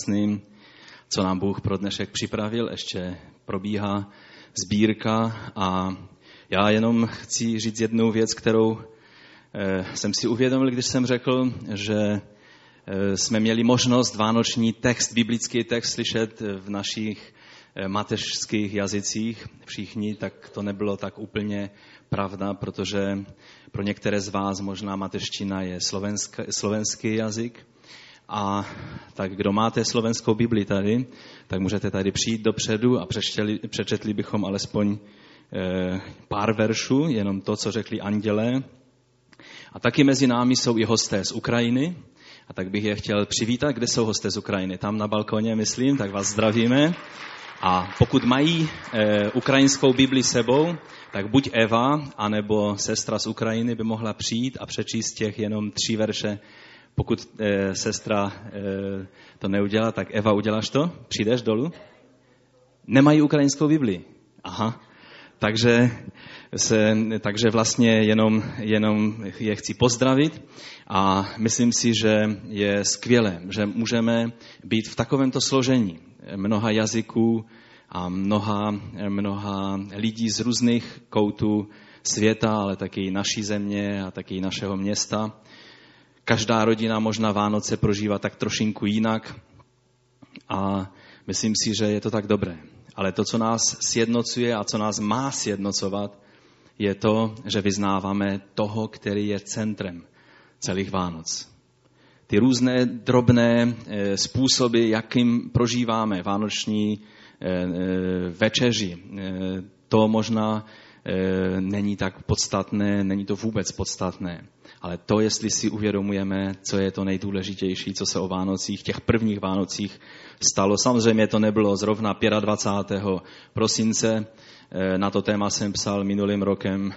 úžasným, co nám Bůh pro dnešek připravil. Ještě probíhá sbírka a já jenom chci říct jednu věc, kterou jsem si uvědomil, když jsem řekl, že jsme měli možnost vánoční text, biblický text slyšet v našich mateřských jazycích všichni, tak to nebylo tak úplně pravda, protože pro některé z vás možná mateřština je slovenský jazyk. A tak kdo máte slovenskou Bibli tady, tak můžete tady přijít dopředu a přečetli bychom alespoň pár veršů, jenom to, co řekli andělé. A taky mezi námi jsou i hosté z Ukrajiny. A tak bych je chtěl přivítat. Kde jsou hosté z Ukrajiny? Tam na balkoně, myslím, tak vás zdravíme. A pokud mají ukrajinskou Bibli sebou, tak buď Eva, anebo sestra z Ukrajiny by mohla přijít a přečíst těch jenom 3 verše. Pokud sestra to neudělá, tak Eva, uděláš to? Přijdeš dolů? Nemají ukrajinskou Bibli. Aha. Takže vlastně jenom je chci pozdravit a myslím si, že je skvělé, že můžeme být v takovémto složení mnoha jazyků a mnoha lidí z různých koutů světa, ale taky naší země a taky našeho města. Každá rodina možná Vánoce prožívá tak trošinku jinak a myslím si, že je to tak dobré. Ale to, co nás sjednocuje a co nás má sjednocovat, je to, že vyznáváme toho, který je centrem celých Vánoc. Ty různé drobné způsoby, jakým prožíváme vánoční večeři, to možná není tak podstatné, není to vůbec podstatné. Ale to, jestli si uvědomujeme, co je to nejdůležitější, co se o Vánocích, těch prvních Vánocích stalo. Samozřejmě to nebylo zrovna 25. prosince. Na to téma jsem psal minulým rokem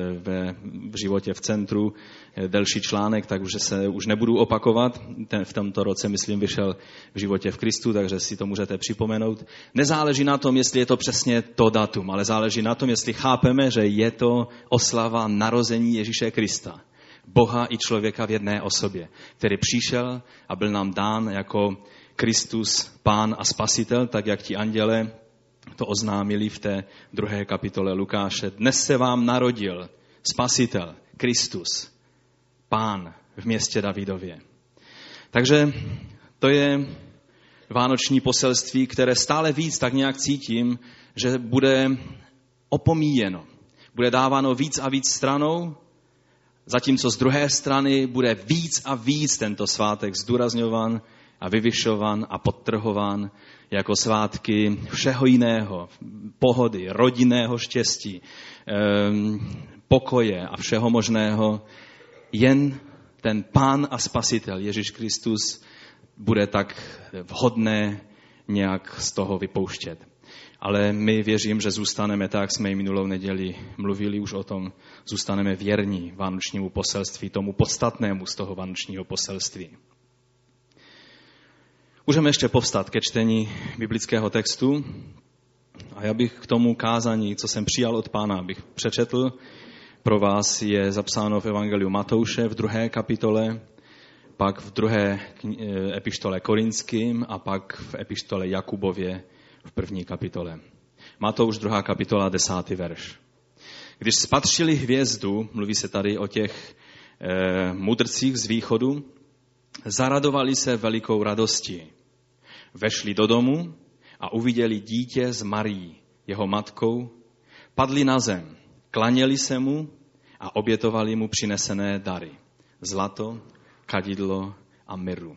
v životě v centru delší článek, takže se už nebudu opakovat. V tomto roce, myslím, vyšel v životě v Kristu, takže si to můžete připomenout. Nezáleží na tom, jestli je to přesně to datum, ale záleží na tom, jestli chápeme, že je to oslava narození Ježíše Krista. Boha i člověka v jedné osobě, který přišel a byl nám dán jako Kristus, Pán a Spasitel, tak jak ti anděle to oznámili v té 2. kapitole Lukáše. Dnes se vám narodil Spasitel, Kristus, Pán v městě Davidově. Takže to je vánoční poselství, které stále víc tak nějak cítím, že bude opomíjeno. Bude dáváno víc a víc stranou, zatímco z druhé strany bude víc a víc tento svátek zdůrazňovan a vyvyšovan a podtrhován jako svátky všeho jiného, pohody, rodinného štěstí, pokoje a všeho možného. Jen ten Pán a Spasitel Ježíš Kristus bude tak vhodné nějak z toho vypouštět. Ale my věřím, že zůstaneme tak, jak jsme i minulou neděli mluvili už o tom, zůstaneme věrní vánočnímu poselství, tomu podstatnému z toho vánočního poselství. Můžeme ještě povstat ke čtení biblického textu a já bych k tomu kázání, co jsem přijal od Pána, bych přečetl. Pro vás je zapsáno v Evangeliu Matouše v 2. kapitole, pak v 2. epištole Korinským a pak v epištole Jakubově v 1. kapitole. Matouš 2. kapitola 10. verš. Když spatřili hvězdu, mluví se tady o těch mudrcích z východu, zaradovali se velikou radostí. Vešli do domu a uviděli dítě s Marií, jeho matkou, padli na zem, klaněli se mu a obětovali mu přinesené dary. Zlato, kadidlo a mirru.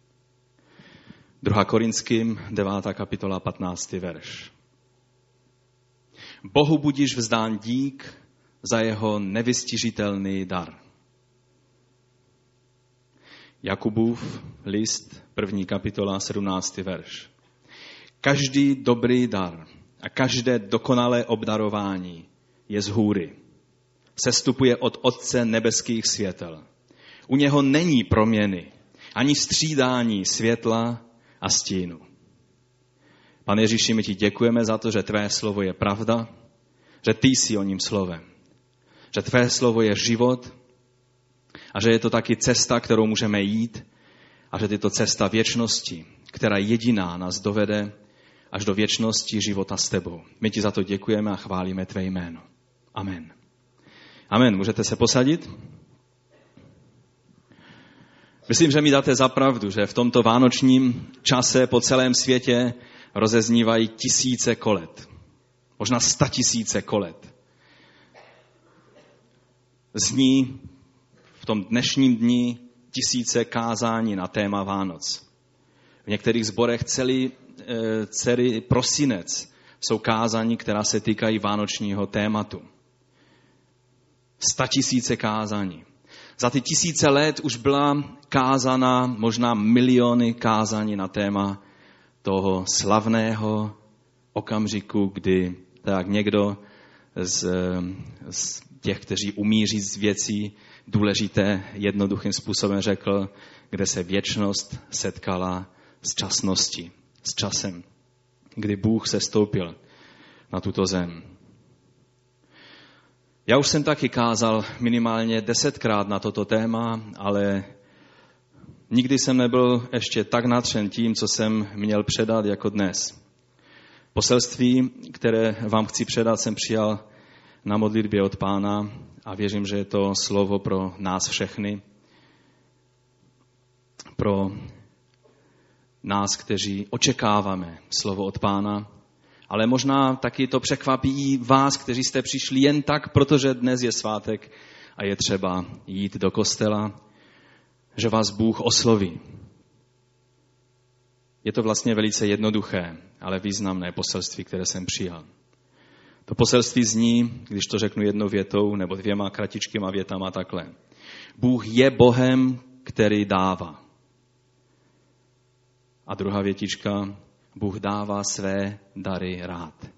2. Korinským, 9. kapitola, 15. verš. Bohu budiž vzdán dík za jeho nevystižitelný dar. Jakubův list, 1. kapitola, 17. verš. Každý dobrý dar a každé dokonalé obdarování je z hůry. Sestupuje od Otce nebeských světel. U něho není proměny, ani střídání světla a stínu. Pane Ježíši, my ti děkujeme za to, že tvé slovo je pravda, že ty jsi o ním slovem, že tvé slovo je život a že je to taky cesta, kterou můžeme jít a že je to cesta věčnosti, která jediná nás dovede až do věčnosti života s tebou. My ti za to děkujeme a chválíme tvé jméno. Amen. Amen. Můžete se posadit? Myslím, že mi dáte za pravdu, že v tomto vánočním čase po celém světě rozeznívají tisíce kolet. Možná 100 000 kolet. Zní v tom dnešním dni tisíce kázání na téma Vánoc. V některých sborech celý prosinec jsou kázání, která se týkají vánočního tématu. 100 000 kázání. Za ty tisíce let už byla kázána možná miliony kázání na téma toho slavného okamžiku, kdy tak někdo z těch, kteří umí říct věcí důležité, jednoduchým způsobem řekl, kde se věčnost setkala s časností, s časem, kdy Bůh sestoupil na tuto zem. Já už jsem taky kázal minimálně 10krát na toto téma, ale nikdy jsem nebyl ještě tak nadšen tím, co jsem měl předat jako dnes. Poselství, které vám chci předat, jsem přijal na modlitbě od Pána a věřím, že je to slovo pro nás všechny, pro nás, kteří očekáváme slovo od Pána, ale možná taky to překvapí i vás, kteří jste přišli jen tak, protože dnes je svátek a je třeba jít do kostela, že vás Bůh osloví. Je to vlastně velice jednoduché, ale významné poselství, které jsem přijal. To poselství zní, když to řeknu jednou větou nebo 2 kratičkýma větama takhle. Bůh je Bohem, který dává. A druhá větička, Bůh dává své dary rád.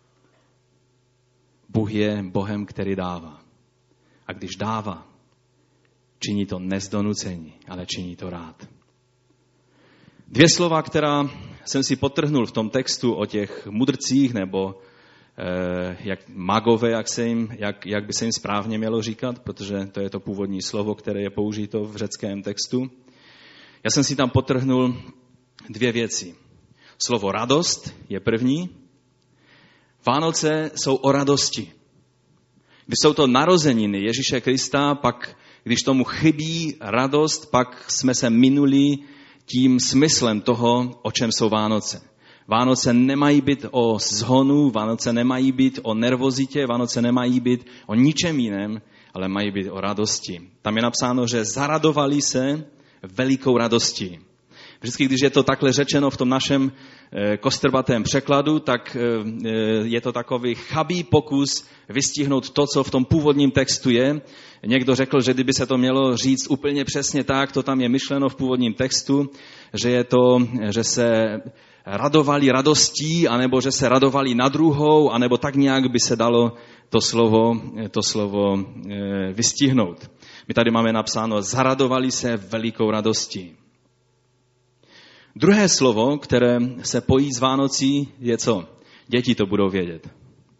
Bůh je Bohem, který dává. A když dává, činí to ne z donucení, ale činí to rád. 2 slova, která jsem si podtrhnul v tom textu o těch mudrcích, nebo jak magové, jak by se jim správně mělo říkat, protože to je to původní slovo, které je použito v řeckém textu. Já jsem si tam podtrhnul 2 věci. Slovo radost je první. Vánoce jsou o radosti. Když jsou to narozeniny Ježíše Krista, pak když tomu chybí radost, pak jsme se minuli tím smyslem toho, o čem jsou Vánoce. Vánoce nemají být o zhonu, Vánoce nemají být o nervozitě, Vánoce nemají být o ničem jiném, ale mají být o radosti. Tam je napsáno, že zaradovali se velikou radostí. Vždycky, když je to takhle řečeno v tom našem kostrbatém překladu, tak je to takový chabý pokus vystihnout to, co v tom původním textu je. Někdo řekl, že kdyby se to mělo říct úplně přesně tak, to tam je myšleno v původním textu, že se radovali radostí, anebo že se radovali na druhou, anebo tak nějak by se dalo to slovo vystihnout. My tady máme napsáno, zaradovali se velikou radostí. Druhé slovo, které se pojí s Vánocí, je co? Děti to budou vědět.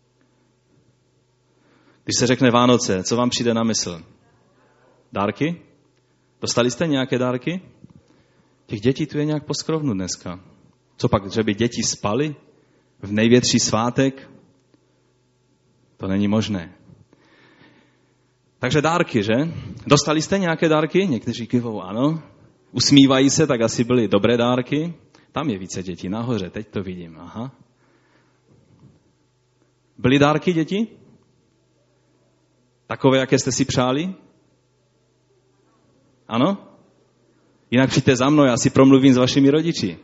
Když se řekne Vánoce, co vám přijde na mysl? Dárky? Dostali jste nějaké dárky? Těch dětí tu je nějak poskrovnu dneska. Co pak, že by děti spaly v největší svátek? To není možné. Takže dárky, že? Dostali jste nějaké dárky? Někteří kývou ano. Usmívají se, tak asi byly dobré dárky. Tam je více dětí nahoře, teď to vidím. Aha. Byly dárky děti? Takové, jaké jste si přáli? Ano? Jinak přijďte za mnou, já si promluvím s vašimi rodiči.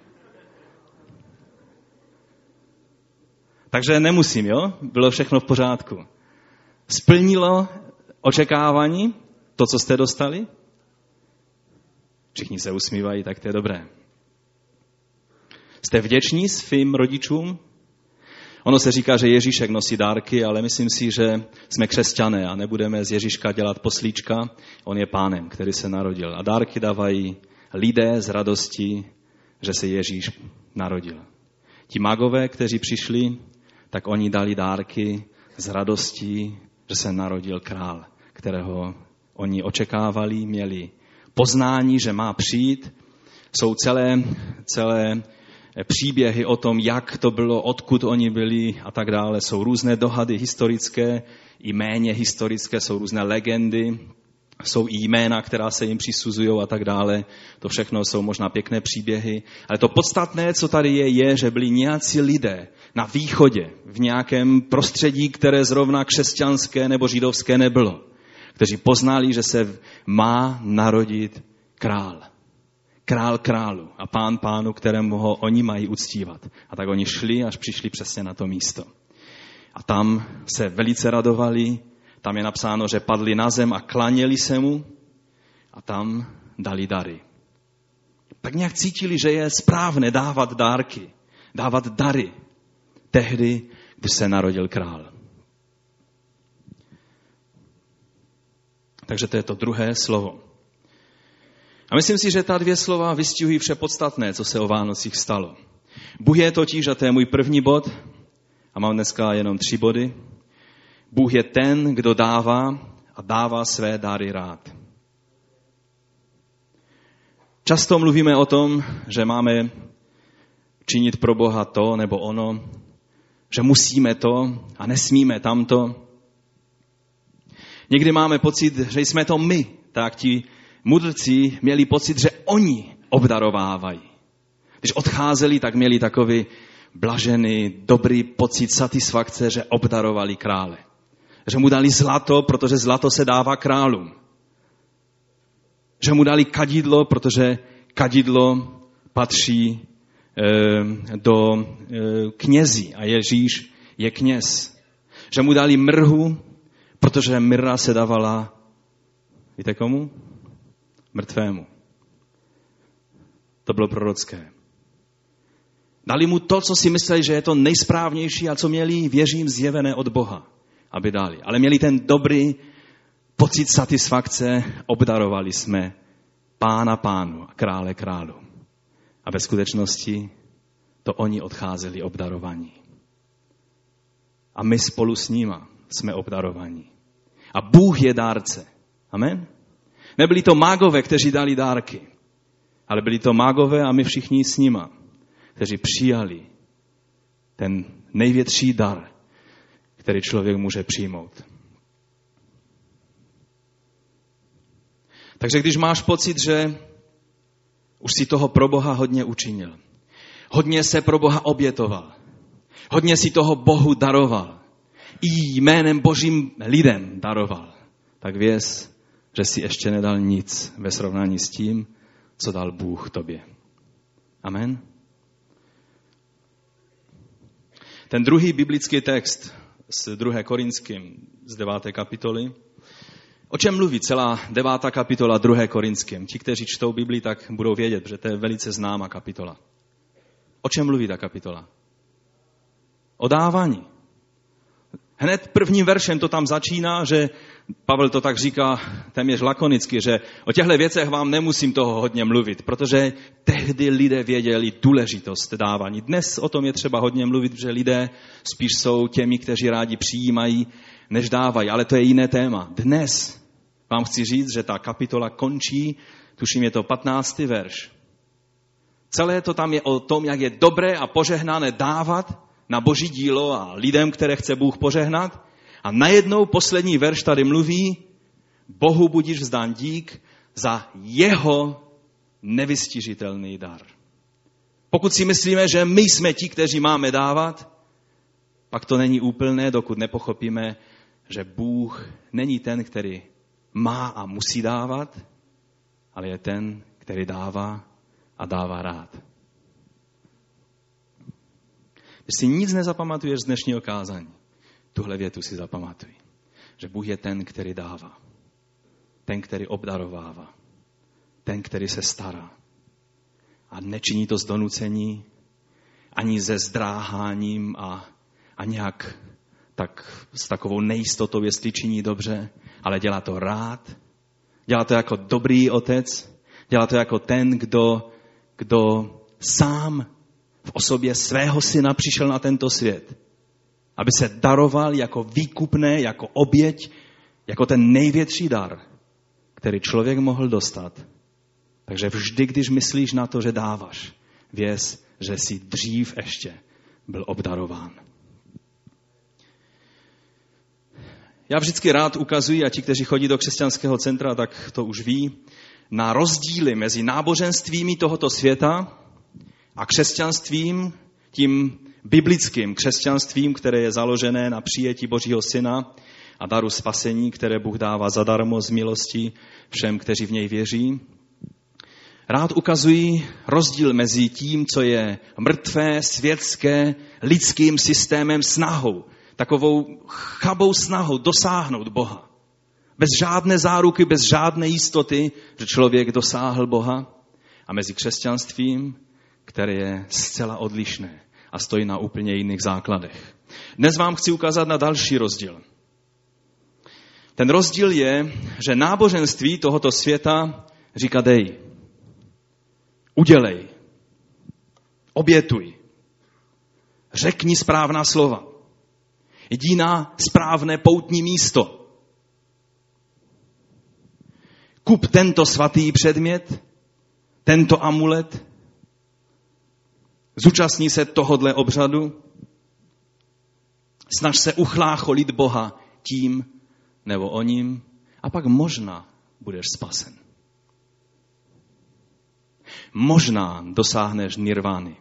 Takže nemusím, jo? Bylo všechno v pořádku. Splnilo očekávání to, co jste dostali? Všichni se usmívají, tak to je dobré. Jste vděční svým rodičům? Ono se říká, že Ježíšek nosí dárky, ale myslím si, že jsme křesťané a nebudeme z Ježíška dělat poslíčka. On je Pánem, který se narodil. A dárky dávají lidé z radostí, že se Ježíš narodil. Ti magové, kteří přišli, tak oni dali dárky z radostí, že se narodil král, kterého oni očekávali, měli poznání, že má přijít, Jsou celé příběhy o tom, jak to bylo, odkud oni byli a tak dále. Jsou různé dohady historické i méně historické, jsou různé legendy, jsou i jména, která se jim přisuzují a tak dále. To všechno jsou možná pěkné příběhy. Ale to podstatné, co tady je, že byli nějací lidé na východě, v nějakém prostředí, které zrovna křesťanské nebo židovské nebylo, kteří poznali, že se má narodit král. Král králu a pán pánu, kterému ho oni mají uctívat. A tak oni šli, až přišli přesně na to místo. A tam se velice radovali, tam je napsáno, že padli na zem a klaněli se mu a tam dali dary. Tak nějak cítili, že je správné dávat dárky, dávat dary tehdy, když se narodil král. Takže to je to druhé slovo. A myslím si, že ta dvě slova vystihují vše podstatné, co se o Vánocích stalo. Bůh je totiž, a to je můj první bod, a mám dneska jenom 3 body, Bůh je ten, kdo dává a dává své dary rád. Často mluvíme o tom, že máme činit pro Boha to nebo ono, že musíme to a nesmíme tamto. Někdy máme pocit, že jsme to my, tak ti mudrci měli pocit, že oni obdarovávají. Když odcházeli, tak měli takový blažený, dobrý pocit satisfakce, že obdarovali krále. Že mu dali zlato, protože zlato se dává králům. Že mu dali kadidlo, protože kadidlo patří do knězí a Ježíš je kněz. Že mu dali mrhu, protože myrra se dávala, víte komu? Mrtvému. To bylo prorocké. Dali mu to, co si mysleli, že je to nejsprávnější a co měli, věřím, zjevené od Boha, aby dali. Ale měli ten dobrý pocit satisfakce, obdarovali jsme pána pánu a krále králu. A ve skutečnosti to oni odcházeli obdarovaní. A my spolu s nima jsme obdarovaní. A Bůh je dárce. Amen? Nebyli to mágové, kteří dali dárky, ale byli to mágové a my všichni s nima, kteří přijali ten největší dar, který člověk může přijmout. Takže když máš pocit, že už si toho pro Boha hodně učinil, hodně se pro Boha obětoval, hodně si toho Bohu daroval, i jménem Božím lidem daroval, tak věz, že si ještě nedal nic ve srovnání s tím, co dal Bůh tobě. Amen. Ten druhý biblický text z 2. Korinským, z 9. kapitoly. O čem mluví celá 9. kapitola 2. Korinským? Ti, kteří čtou Bibli, tak budou vědět, že to je velice známá kapitola. O čem mluví ta kapitola? O dávání. Hned prvním veršem to tam začíná, že Pavel to tak říká téměř lakonicky, že o těchto věcech vám nemusím toho hodně mluvit, protože tehdy lidé věděli důležitost dávání. Dnes o tom je třeba hodně mluvit, že lidé spíš jsou těmi, kteří rádi přijímají, než dávají, ale to je jiné téma. Dnes vám chci říct, že ta kapitola končí, tuším je to 15. verš. Celé to tam je o tom, jak je dobré a požehnané dávat na Boží dílo a lidem, které chce Bůh požehnat. A najednou poslední verš tady mluví, Bohu budíš vzdán dík za jeho nevystižitelný dar. Pokud si myslíme, že my jsme ti, kteří máme dávat, pak to není úplné, dokud nepochopíme, že Bůh není ten, který má a musí dávat, ale je ten, který dává a dává rád. Když si nic nezapamatuješ z dnešního kázání, tuhle větu si zapamatuj, že Bůh je ten, který dává, ten, který obdarovává, ten, který se stará. A nečiní to z donucení, ani ze zdráháním a nějak tak s takovou nejistotou, jestli činí dobře, ale dělá to rád, dělá to jako dobrý otec, dělá to jako ten, kdo sám v osobě svého syna přišel na tento svět, aby se daroval jako výkupné, jako oběť, jako ten největší dar, který člověk mohl dostat Takže vždy, když myslíš na to, že dáváš, věz, že jsi dřív ještě byl obdarován. Já vždycky rád ukazuji, a ti, kteří chodí do křesťanského centra, tak to už ví, na rozdíly mezi náboženstvími tohoto světa a křesťanstvím, tím biblickým křesťanstvím, které je založené na přijetí Božího Syna a daru spasení, které Bůh dává zadarmo z milosti všem, kteří v něj věří. Rád ukazují rozdíl mezi tím, co je mrtvé, světské, lidským systémem, snahou, takovou chabou snahou dosáhnout Boha. Bez žádné záruky, bez žádné jistoty, že člověk dosáhl Boha, a mezi křesťanstvím, které je zcela odlišné a stojí na úplně jiných základech. Dnes vám chci ukázat na další rozdíl. Ten rozdíl je, že náboženství tohoto světa říká dej, udělej, obětuj, řekni správná slova, jdi na správné poutní místo, kup tento svatý předmět, tento amulet, zúčastní se tohodle obřadu, snaž se uchlácholit Boha tím nebo oním a pak možná budeš spasen. Možná dosáhneš nirvány.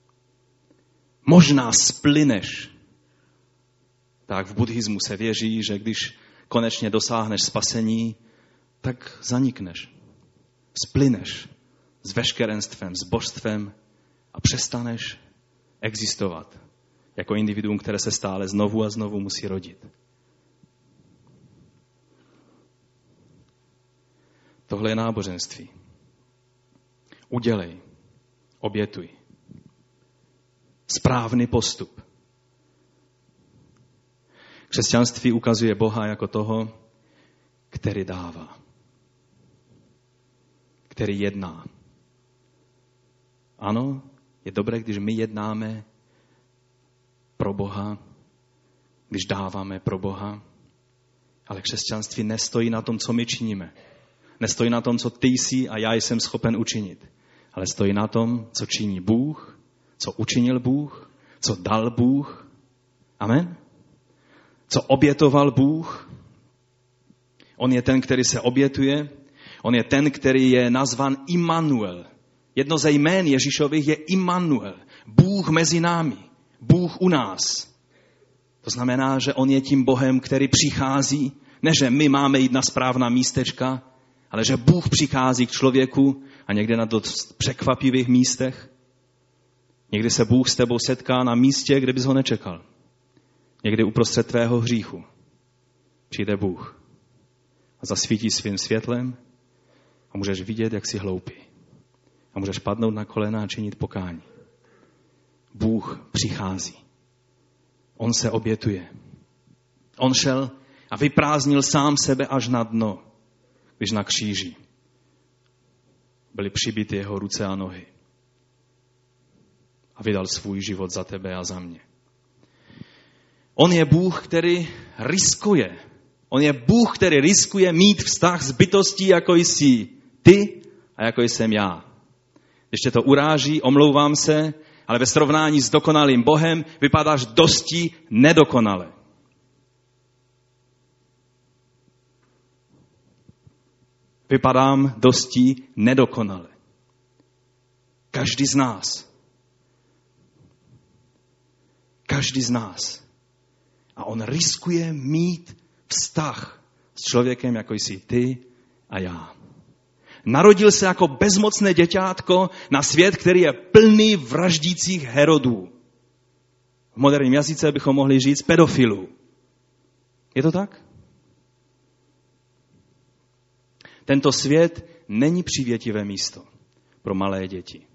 Možná splyneš. Tak v buddhismu se věří, že když konečně dosáhneš spasení, tak zanikneš. Splyneš s veškerenstvem, s božstvem a přestaneš existovat jako individuum, které se stále znovu a znovu musí rodit. Tohle je náboženství. Udělej, obětuj. Správný postup. Křesťanství ukazuje Boha jako toho, který dává, který jedná. Ano, je dobré, když my jednáme pro Boha, když dáváme pro Boha, ale křesťanství nestojí na tom, co my činíme. Nestojí na tom, co ty jsi a já jsem schopen učinit, ale stojí na tom, co činí Bůh, co učinil Bůh, co dal Bůh. Amen? Co obětoval Bůh. On je ten, který se obětuje. On je ten, který je nazvan Immanuel. Jedno ze jmén Ježíšových je Immanuel. Bůh mezi námi. Bůh u nás. To znamená, že on je tím Bohem, který přichází. Ne, že my máme jít na správná místečka, ale že Bůh přichází k člověku a někde na dost překvapivých místech. Někdy se Bůh s tebou setká na místě, kde bys ho nečekal. Někdy uprostřed tvého hříchu přijde Bůh a zasvítí svým světlem a můžeš vidět, jak jsi hloupý. A můžeš padnout na kolena a činit pokání. Bůh přichází. On se obětuje. On šel a vyprázdnil sám sebe až na dno, když na kříži byly přibity jeho ruce a nohy. A vydal svůj život za tebe a za mě. On je Bůh, který riskuje. On je Bůh, který riskuje mít vztah s bytostí, jako jsi ty a jako jsem já. Když tě to uráží, omlouvám se, ale ve srovnání s dokonalým Bohem vypadáš dosti nedokonale. Vypadám dosti nedokonale. Každý z nás. Každý z nás. A on riskuje mít vztah s člověkem, jako jsi ty a já. Narodil se jako bezmocné děťátko na svět, který je plný vraždících Herodů. V moderním jazyce bychom mohli říct pedofilů. Je to tak? Tento svět není přívětivé místo pro malé děti.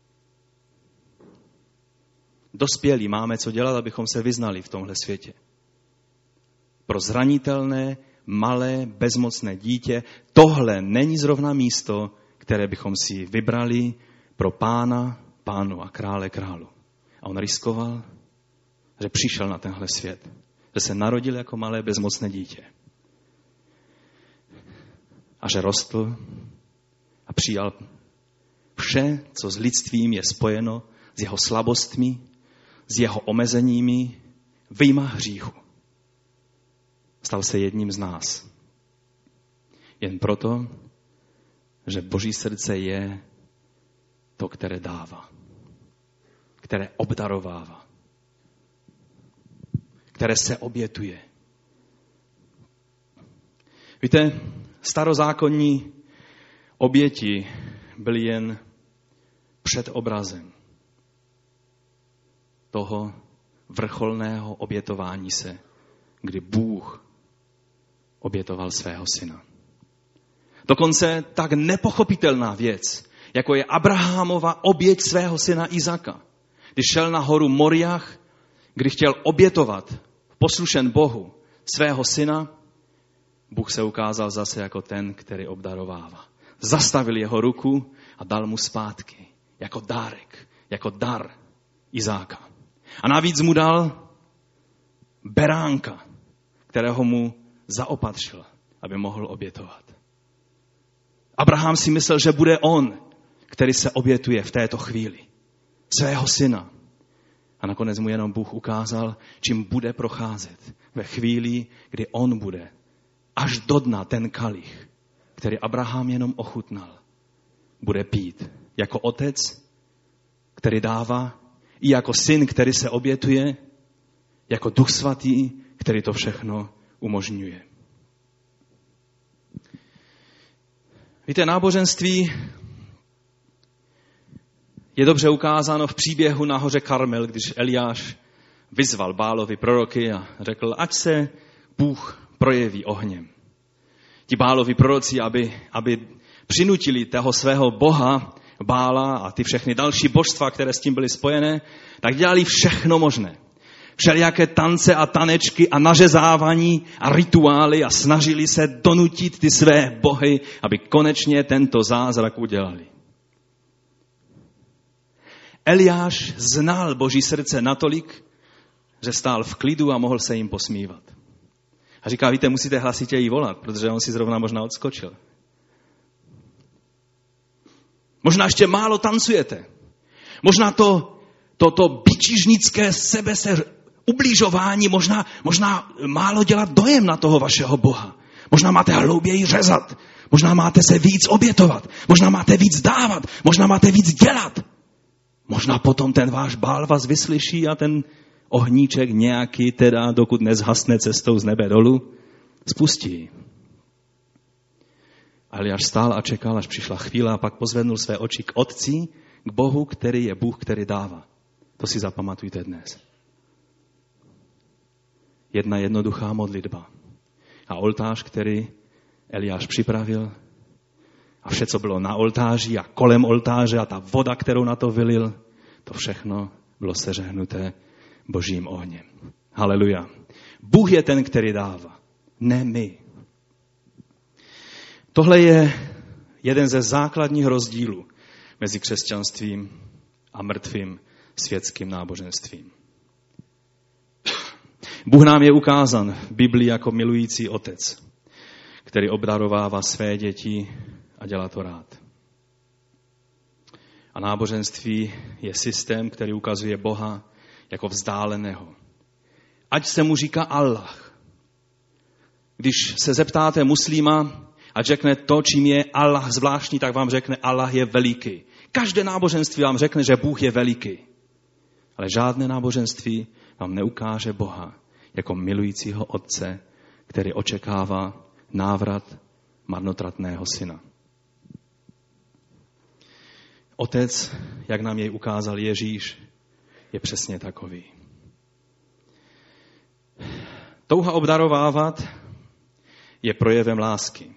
Dospělí máme co dělat, abychom se vyznali v tomhle světě. Pro zranitelné, malé, bezmocné dítě tohle není zrovna místo, které bychom si vybrali pro Pána, Pánu a Krále králu. A on riskoval, že přišel na tenhle svět. Že se narodil jako malé, bezmocné dítě. A že rostl a přijal vše, co s lidstvím je spojeno, s jeho slabostmi, s jeho omezeními, vyjma hříchu. Stal se jedním z nás. Jen proto, že Boží srdce je to, které dává, které obdarovává, které se obětuje. Víte, starozákonní oběti byly jen předobrazem toho vrcholného obětování se, kdy Bůh obětoval svého syna. Dokonce tak nepochopitelná věc, jako je Abrahamova oběť svého syna Izaka. Když šel na horu Moriach, kdy chtěl obětovat poslušen Bohu svého syna, Bůh se ukázal zase jako ten, který obdarovává. Zastavil jeho ruku a dal mu zpátky, jako dárek, jako dar Izáka. A navíc mu dal beránka, kterého mu zaopatřil, aby mohl obětovat. Abraham si myslel, že bude on, který se obětuje v této chvíli. Svého syna. A nakonec mu jenom Bůh ukázal, čím bude procházet ve chvíli, kdy on bude až do dna ten kalich, který Abraham jenom ochutnal, bude pít. Jako otec, který dává, i jako syn, který se obětuje, jako Duch Svatý, který to všechno umožňuje. Víte, náboženství je dobře ukázáno v příběhu na hoře Karmel, když Eliáš vyzval Bálovi proroky a řekl, ať se Bůh projeví ohněm. Ti Bálovi proroci, aby přinutili toho svého boha Bála a ty všechny další božstva, které s tím byly spojené, tak dělali všechno možné. Všelijaké tance a tanečky a nařezávání a rituály a snažili se donutit ty své bohy, aby konečně tento zázrak udělali. Eliáš znal Boží srdce natolik, že stál v klidu a mohl se jim posmívat. A říká, víte, musíte hlasitěji volat, protože on si zrovna možná odskočil. Možná ještě málo tancujete. Možná to bičižnické sebe se ubližování, možná málo dělat dojem na toho vašeho Boha. Možná máte hlouběji řezat. Možná máte se víc obětovat. Možná máte víc dávat. Možná máte víc dělat. Možná potom ten váš Bál vás vyslyší a ten ohníček nějaký, teda dokud nezhasne cestou z nebe dolů, spustí. Eliáš stál a čekal, až přišla chvíle a pak pozvednul své oči k Otci, k Bohu, který je Bůh, který dává. To si zapamatujte dnes. Jedna jednoduchá modlitba. A oltář, který Eliáš připravil, a vše, co bylo na oltáři a kolem oltáře a ta voda, kterou na to vylil, to všechno bylo seřehnuté Božím ohněm. Haleluja. Bůh je ten, který dává, ne my. Tohle je jeden ze základních rozdílů mezi křesťanstvím a mrtvým světským náboženstvím. Bůh nám je ukázán v Biblii jako milující otec, který obdarovává své děti a dělá to rád. A náboženství je systém, který ukazuje Boha jako vzdáleného. Ať se mu říká Allah. Když se zeptáte muslima, ať řekne to, čím je Allah zvláštní, tak vám řekne, Allah je veliký. Každé náboženství vám řekne, že Bůh je veliký. Ale žádné náboženství vám neukáže Boha jako milujícího otce, který očekává návrat marnotratného syna. Otec, jak nám jej ukázal Ježíš, je přesně takový. Touha obdarovávat je projevem lásky.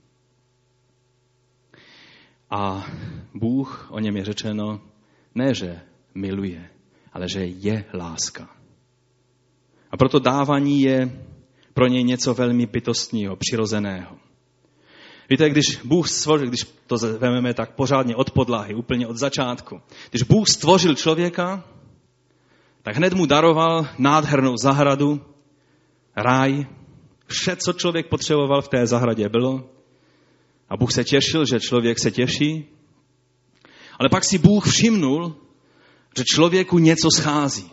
A Bůh, o něm je řečeno, ne, že miluje, ale že je láska. A proto dávání je pro něj něco velmi bytostného, přirozeného. Víte, když Bůh stvořil, když to vezmeme tak pořádně od podlahy, úplně od začátku, když Bůh stvořil člověka, tak hned mu daroval nádhernou zahradu, ráj, vše, co člověk potřeboval v té zahradě bylo. A Bůh se těšil, že člověk se těší. Ale pak si Bůh všimnul, že člověku něco schází.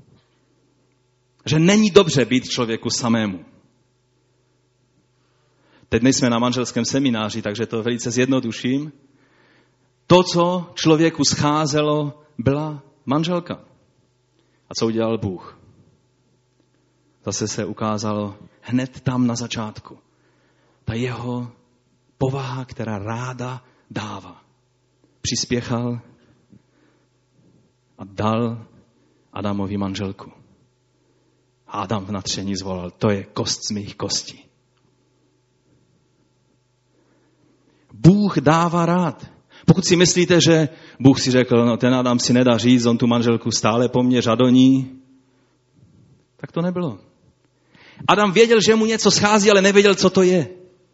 Že není dobře být člověku samému. Teď nejsme na manželském semináři, takže to velice zjednoduším. To, co člověku scházelo, byla manželka. A co udělal Bůh? Zase se ukázalo hned tam na začátku. Ta jeho povaha, která ráda dává. Přispěchal a dal Adamovi manželku. A Adam v natření zvolal, to je kost z mých kostí. Bůh dává rád. Pokud si myslíte, že Bůh si řekl, no ten Adam si nedá říct, on tu manželku stále po mně žadoní, tak to nebylo. Adam věděl, že mu něco schází, ale nevěděl, co to je.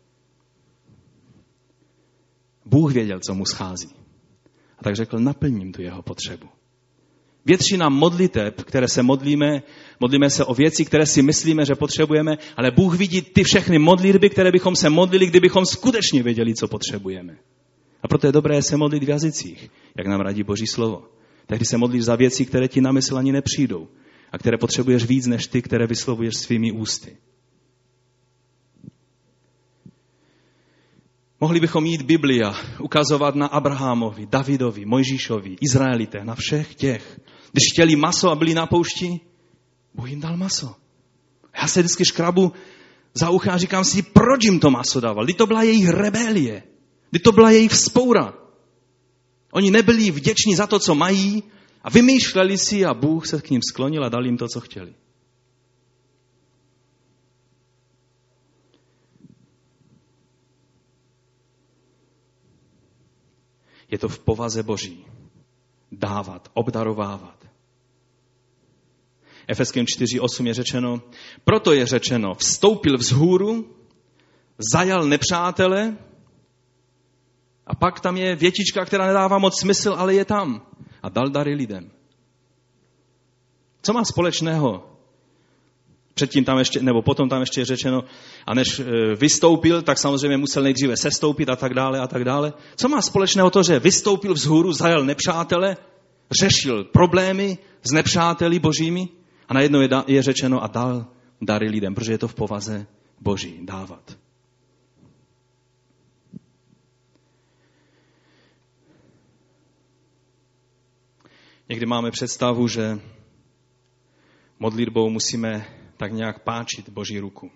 Bůh věděl, co mu schází. A tak řekl, naplním tu jeho potřebu. Většina modliteb, které se modlíme se o věci, které si myslíme, že potřebujeme, ale Bůh vidí ty všechny modlitby, které bychom se modlili, kdybychom skutečně věděli, co potřebujeme. A proto je dobré se modlit v jazycích, jak nám radí Boží slovo. Tehdy se modlíš za věci, které ti na mysl ani nepřijdou a které potřebuješ víc než ty, které vyslovuješ svými ústy. Mohli bychom jít Bibli a ukazovat na Abrahamovi, Davidovi, Mojžíšovi, Izraelite, na všech těch. Když chtěli maso a byli na poušti, Bůh jim dal maso. Já se vždycky škrabu za ucha a říkám si, proč jim to maso dával? Vždyť to byla jejich rebelie. Vždyť to byla jejich vzpoura. Oni nebyli vděční za to, co mají a vymýšleli si a Bůh se k ním sklonil a dal jim to, co chtěli. Je to v povaze Boží. Dávat, obdarovávat. Efeským 4:8 je řečeno, proto je řečeno, vstoupil vzhůru, zajal nepřátele a pak tam je větička, která nedává moc smysl, ale je tam. A dal dary lidem. Co má společného? Předtím tam ještě, nebo potom tam ještě je řečeno, a než vystoupil, tak samozřejmě musel nejdříve sestoupit a tak dále a tak dále. Co má společného to, že vystoupil vzhůru, zajal nepřátele, řešil problémy s nepřáteli božími a najednou je řečeno a dal dary lidem, protože je to v povaze Boží dávat. Někdy máme představu, že modlitbou musíme tak nějak páčit Boží ruku.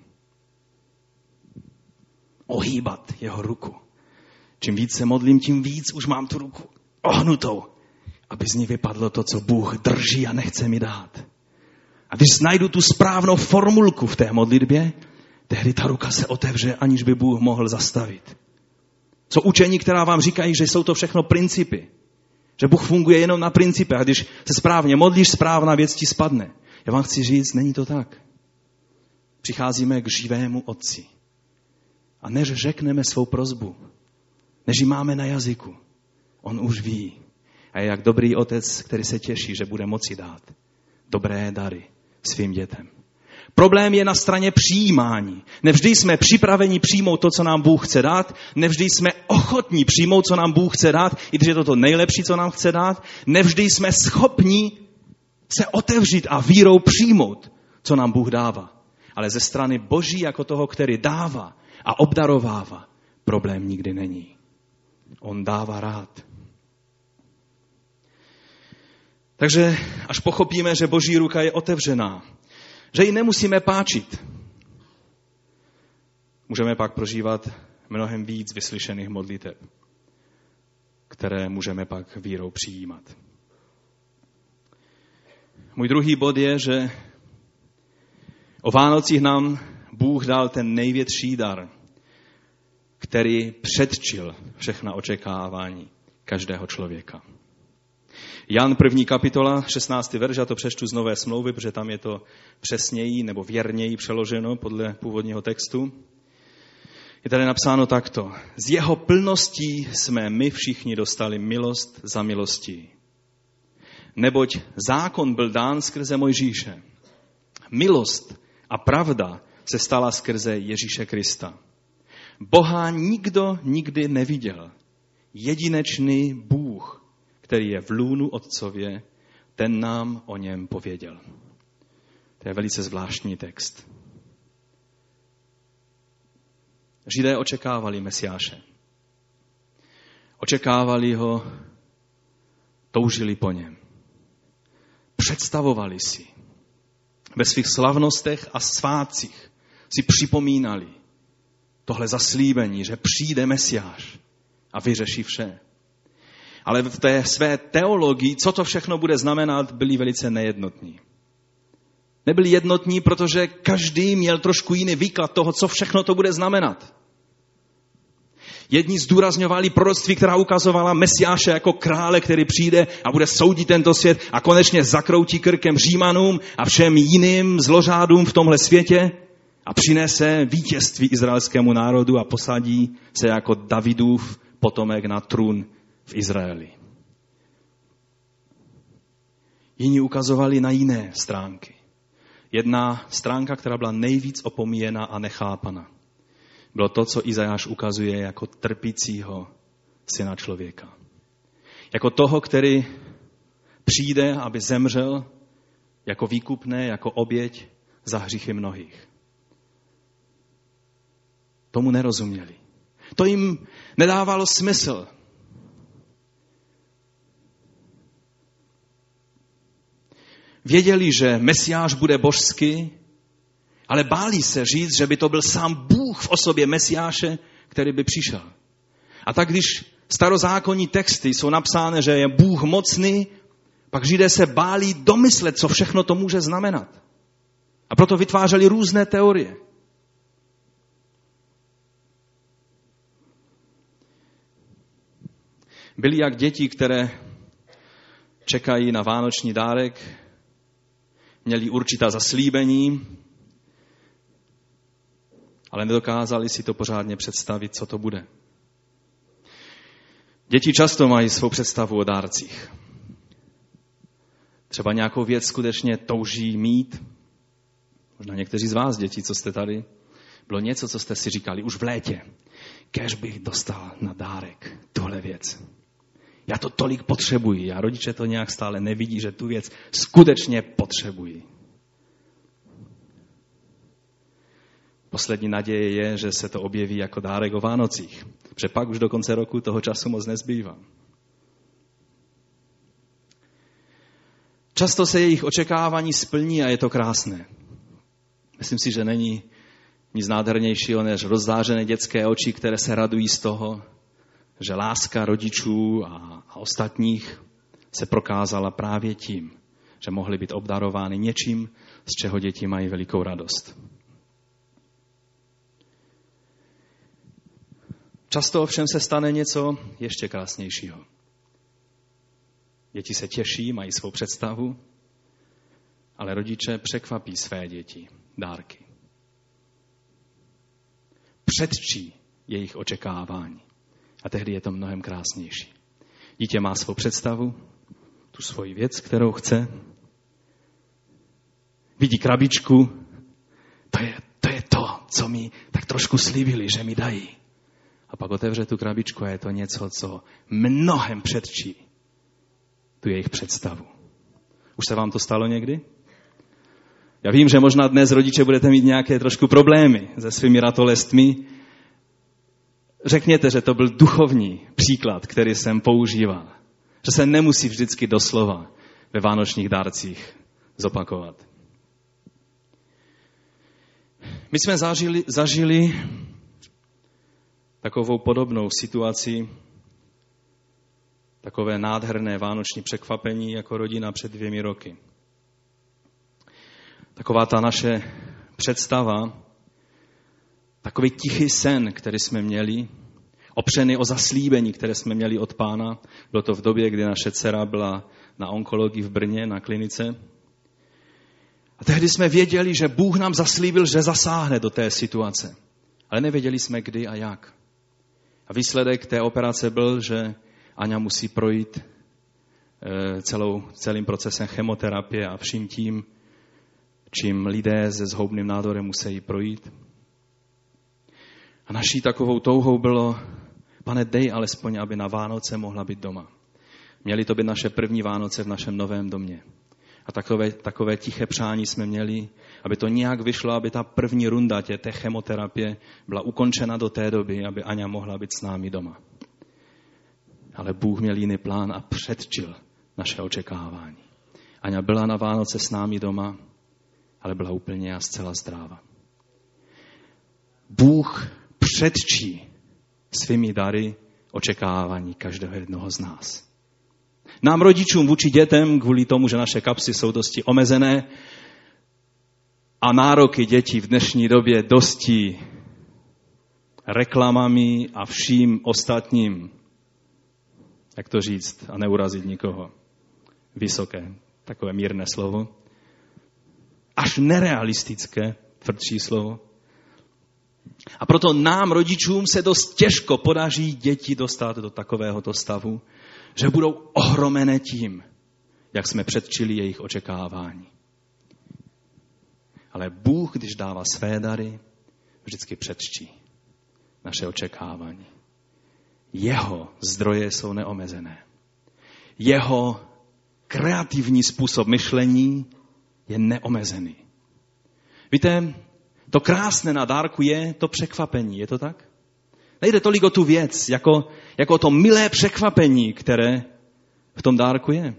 Ohýbat jeho ruku. Čím víc se modlím, tím víc už mám tu ruku ohnutou, aby z ní vypadlo to, co Bůh drží a nechce mi dát. A když najdu tu správnou formulku v té modlitbě, tehdy ta ruka se otevře, aniž by Bůh mohl zastavit. Co učení, která vám říkají, že jsou to všechno principy. Že Bůh funguje jenom na principech. A když se správně modlíš, správná věc ti spadne. Já vám chci říct, není to tak. Přicházíme k živému Otci. A než řekneme svou prosbu, než ji máme na jazyku, on už ví. A je jak dobrý otec, který se těší, že bude moci dát dobré dary svým dětem. Problém je na straně přijímání. Nevždy jsme připraveni přijmout to, co nám Bůh chce dát. Nevždy jsme ochotní přijmout, co nám Bůh chce dát, i když je to nejlepší, co nám chce dát. Nevždy jsme schopni se otevřít a vírou přijmout, co nám Bůh dává. Ale ze strany Boží, jako toho, který dává a obdarovává, problém nikdy není. On dává rád. Takže až pochopíme, že Boží ruka je otevřená, že ji nemusíme páčit, můžeme pak prožívat mnohem víc vyslyšených modliteb, které můžeme pak vírou přijímat. Můj druhý bod je, že o Vánocích nám Bůh dal ten největší dar, který předčil všechna očekávání každého člověka. Jan 1. kapitola, 16. verš, já to přečtu z Nové smlouvy, protože tam je to přesněji nebo věrněji přeloženo podle původního textu. Je tady napsáno takto. Z jeho plností jsme my všichni dostali milost za milostí. Neboť zákon byl dán skrze Mojžíše. Milost a pravda se stala skrze Ježíše Krista. Boha nikdo nikdy neviděl. Jedinečný Bůh, který je v lůnu otcově, ten nám o něm pověděl. To je velice zvláštní text. Židé očekávali Mesiáše. Očekávali ho, toužili po něm. Představovali si. Ve svých slavnostech a svátcích si připomínali tohle zaslíbení, že přijde Mesiáš a vyřeší vše. Ale v té své teologii, co to všechno bude znamenat, byli velice nejednotní. Nebyli jednotní, protože každý měl trošku jiný výklad toho, co všechno to bude znamenat. Jedni zdůrazňovali proroctví, která ukazovala Mesiáše jako krále, který přijde a bude soudit tento svět a konečně zakroutí krkem Římanům a všem jiným zlořádům v tomhle světě a přinese vítězství izraelskému národu a posadí se jako Davidův potomek na trůn v Izraeli. Jiní ukazovali na jiné stránky. Jedna stránka, která byla nejvíc opomíjena a nechápana, bylo to, co Izajáš ukazuje jako trpícího syna člověka. Jako toho, který přijde, aby zemřel jako výkupné, jako oběť za hříchy mnohých. Tomu nerozuměli. To jim nedávalo smysl. Věděli, že Mesiáš bude božský, ale báli se říct, že by to byl sám Bůh v osobě Mesiáše, který by přišel. A tak když starozákonní texty jsou napsány, že je Bůh mocný, pak Židé se báli domyslet, co všechno to může znamenat. A proto vytvářeli různé teorie. Byli jak děti, které čekají na vánoční dárek, měli určitá zaslíbení, ale nedokázali si to pořádně představit, co to bude. Děti často mají svou představu o dárcích. Třeba nějakou věc skutečně touží mít. Možná někteří z vás, děti, co jste tady, bylo něco, co jste si říkali už v létě. Kéž bych dostal na dárek tuhle věc. Já to tolik potřebuji. A rodiče to nějak stále nevidí, že tu věc skutečně potřebují. Poslední naděje je, že se to objeví jako dárek o Vánocích. Protože pak už do konce roku toho času moc nezbývá. Často se jejich očekávání splní a je to krásné. Myslím si, že není nic nádhernějšího než rozzářené dětské oči, které se radují z toho, že láska rodičů a ostatních se prokázala právě tím, že mohly být obdarovány něčím, z čeho děti mají velikou radost. Často ovšem se stane něco ještě krásnějšího. Děti se těší, mají svou představu, ale rodiče překvapí své děti dárky. Předčí jejich očekávání. A tehdy je to mnohem krásnější. Dítě má svou představu, tu svoji věc, kterou chce. Vidí krabičku, to je to, co mi tak trošku slíbili, že mi dají. A pak otevře tu krabičku a je to něco, co mnohem předčí tu jejich představu. Už se vám to stalo někdy? Já vím, že možná dnes rodiče budete mít nějaké trošku problémy se svými ratolestmi. Řekněte, že to byl duchovní příklad, který jsem používal. Že se nemusí vždycky doslova ve vánočních dárcích zopakovat. My jsme zažili takovou podobnou situaci, takové nádherné vánoční překvapení jako rodina před 2 roky. Taková ta naše představa, takový tichý sen, který jsme měli, opřený o zaslíbení, které jsme měli od Pána. Bylo to v době, kdy naše dcera byla na onkologii v Brně, na klinice. A tehdy jsme věděli, že Bůh nám zaslíbil, že zasáhne do té situace. Ale nevěděli jsme, kdy a jak. A výsledek té operace byl, že Aňa musí projít celým procesem chemoterapie a vším tím, čím lidé se zhoubným nádorem musí projít. A naší takovou touhou bylo, Pane, dej alespoň, aby na Vánoce mohla být doma. Měly to být naše první Vánoce v našem novém domě. A takové tiché přání jsme měli, aby to nějak vyšlo, aby ta první runda té chemoterapie byla ukončena do té doby, aby Aňa mohla být s námi doma. Ale Bůh měl jiný plán a předčil naše očekávání. Aňa byla na Vánoce s námi doma, ale byla úplně a zcela zdravá. Bůh předčí svými dary očekávání každého jednoho z nás. Nám rodičům vůči dětem, kvůli tomu, že naše kapsy jsou dosti omezené a nároky dětí v dnešní době dosti reklamami a vším ostatním, jak to říct a neurazit nikoho, vysoké, takové mírné slovo, až nerealistické, tvrdší slovo. A proto nám, rodičům, se dost těžko podaří děti dostat do takovéhoto stavu, že budou ohromené tím, jak jsme předčili jejich očekávání. Ale Bůh, když dává své dary, vždycky předčí naše očekávání. Jeho zdroje jsou neomezené. Jeho kreativní způsob myšlení je neomezený. Víte, to krásné na dárku je to překvapení, je to tak? Nejde tolik o tu věc, jako to milé překvapení, které v tom dárku je.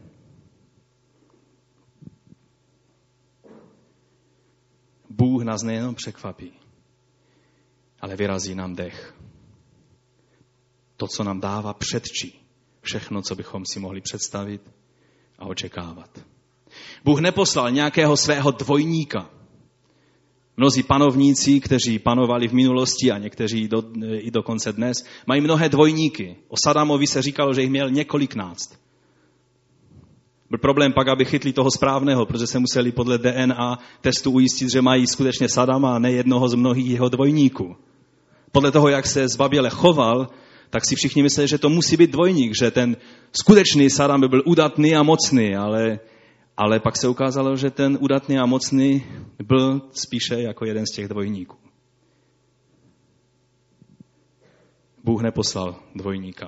Bůh nás nejenom překvapí, ale vyrazí nám dech. To, co nám dává, předčí všechno, co bychom si mohli představit a očekávat. Bůh neposlal nějakého svého dvojníka. Mnozí panovníci, kteří panovali v minulosti a někteří i dokonce dnes, mají mnohé dvojníky. O Sadamovi se říkalo, že jich měl několiknáct. Byl problém pak, aby chytli toho správného, protože se museli podle DNA testu ujistit, že mají skutečně Sadama a ne jednoho z mnohých jeho dvojníků. Podle toho, jak se zbaběle choval, tak si všichni mysleli, že to musí být dvojník, že ten skutečný Sadam by byl udatný a mocný, ale pak se ukázalo, že ten udatný a mocný byl spíše jako jeden z těch dvojníků. Bůh neposlal dvojníka,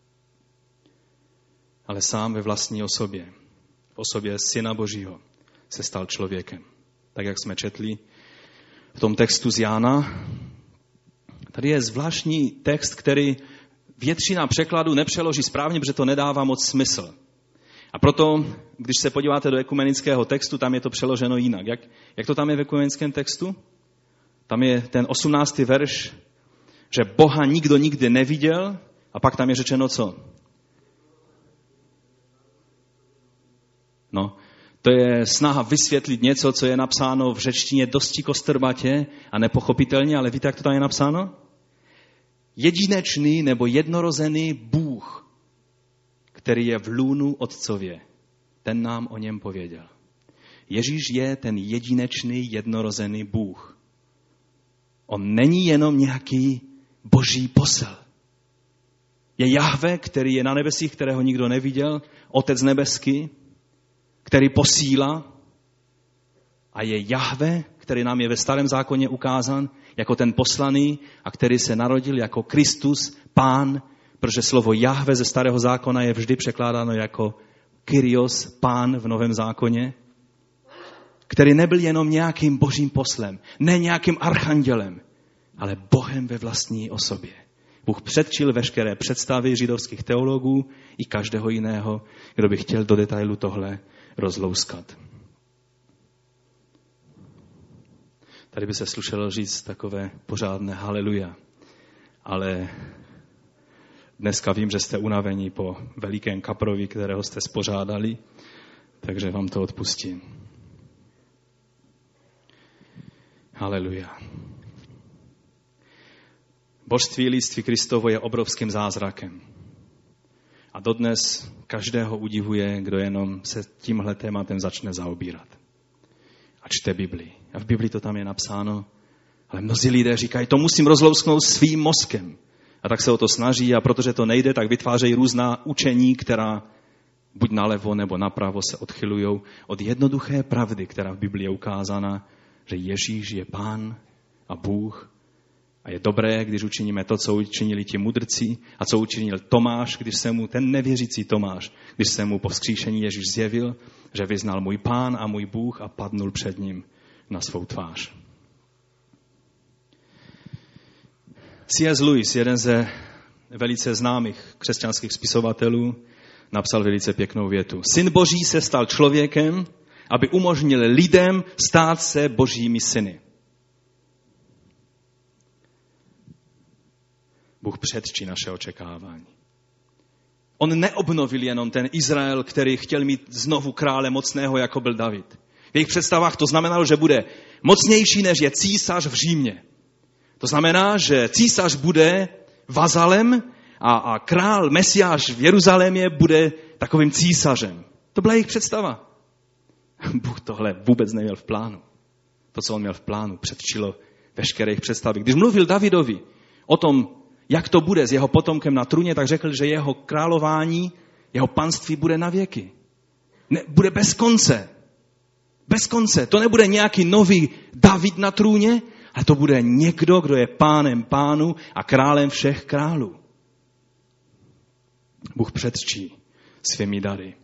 ale sám ve vlastní osobě, v osobě Syna Božího, se stal člověkem. Tak, jak jsme četli v tom textu z Jána. Tady je zvláštní text, který většina překladů nepřeloží správně, protože to nedává moc smysl. A proto, když se podíváte do ekumenického textu, tam je to přeloženo jinak. Jak to tam je v ekumenickém textu? Tam je ten 18. verš, že Boha nikdo nikdy neviděl, a pak tam je řečeno co? No, to je snaha vysvětlit něco, co je napsáno v řečtině dosti kostrbatě a nepochopitelně, ale víte, jak to tam je napsáno? Jedinečný nebo jednorozený Bůh, který je v lůnu Otcově, ten nám o něm pověděl. Ježíš je ten jedinečný, jednorozený Bůh. On není jenom nějaký boží posel. Je Jahve, který je na nebesích, kterého nikdo neviděl, Otec nebeský, který posílá, a je Jahve, který nám je ve Starém zákoně ukázán jako ten poslaný a který se narodil jako Kristus, Pán, protože slovo Jahve ze Starého zákona je vždy překládáno jako Kyrios, Pán v Novém zákoně, který nebyl jenom nějakým božím poslem, ne nějakým archandělem, ale Bohem ve vlastní osobě. Bůh předčil veškeré představy židovských teologů i každého jiného, kdo by chtěl do detailu tohle rozlouskat. Tady by se slušelo říct takové pořádné haleluja, ale dneska vím, že jste unavení po velikém kaprovi, kterého jste spořádali, takže vám to odpustím. Haleluja. Božství lidství Kristovo je obrovským zázrakem. A dodnes každého udivuje, kdo jenom se tímhle tématem začne zaobírat. A čte Biblii. A v Biblii to tam je napsáno, ale mnozí lidé říkají, to musím rozlousknout svým mozkem. A tak se o to snaží a protože to nejde, tak vytvářejí různá učení, která buď nalevo nebo napravo se odchylují od jednoduché pravdy, která v Biblii je ukázána, že Ježíš je Pán a Bůh A je dobré, když učiníme to, co učinili ti mudrci a co učinil Tomáš, když se mu, ten nevěřící Tomáš, když se mu po vzkříšení Ježíš zjevil, že vyznal můj Pán a můj Bůh a padnul před ním na svou tvář. C.S. Lewis, jeden ze velice známých křesťanských spisovatelů, napsal velice pěknou větu. Syn Boží se stal člověkem, aby umožnil lidem stát se božími syny. Bůh předčí naše očekávání. On neobnovil jenom ten Izrael, který chtěl mít znovu krále mocného, jako byl David. V jejich představách to znamenalo, že bude mocnější, než je císař v Římě. To znamená, že císař bude vazalem a král, Mesiáš v Jeruzalémě bude takovým císařem. To byla jejich představa. Bůh tohle vůbec neměl v plánu. To, co on měl v plánu, předčilo veškeré jejich představy. Když mluvil Davidovi o tom, jak to bude s jeho potomkem na trůně, tak řekl, že jeho králování, jeho panství bude na věky. Bude bez konce. Bez konce. To nebude nějaký nový David na trůně, ale to bude někdo, kdo je pánem pánů a králem všech králů. Bůh předčí svými dary.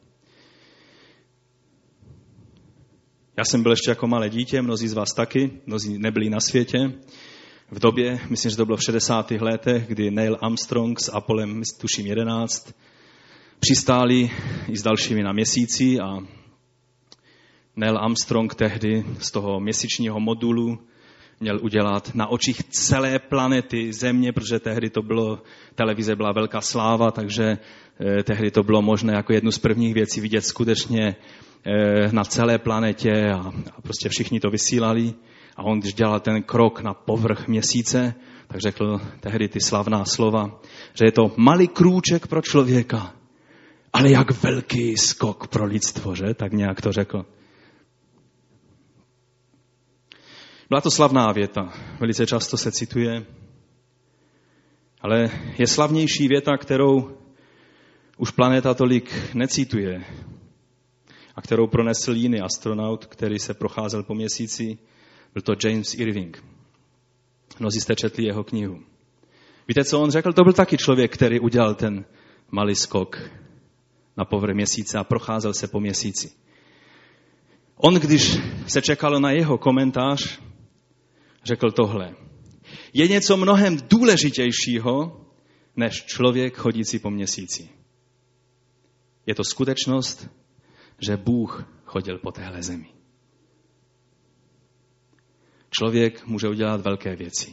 Já jsem byl ještě jako malé dítě, mnozí z vás taky, mnozí nebyli na světě. V době, myslím, že to bylo v 60. letech, kdy Neil Armstrong s Apollem, tuším 11, přistáli i s dalšími na měsíci a Neil Armstrong tehdy z toho měsíčního modulu měl udělat na očích celé planety Země, protože tehdy to bylo, televize byla velká sláva, takže tehdy to bylo možné jako jednu z prvních věcí vidět skutečně na celé planetě a prostě všichni to vysílali. A on, když dělal ten krok na povrch měsíce, tak řekl tehdy ty slavná slova, že je to malý krůček pro člověka, ale jak velký skok pro lidstvo, že? Tak nějak to řekl. Byla to slavná věta, velice často se cituje, ale je slavnější věta, kterou už planeta tolik necituje a kterou pronesl jiný astronaut, který se procházel po měsíci. Byl to James Irving. Mnozí jste četli jeho knihu. Víte, co on řekl? To byl taky člověk, který udělal ten malý skok na povrch měsíce a procházel se po měsíci. On, když se čekalo na jeho komentář, řekl tohle. Je něco mnohem důležitějšího, než člověk chodící po měsíci. Je to skutečnost, že Bůh chodil po téhle zemi. Člověk může udělat velké věci,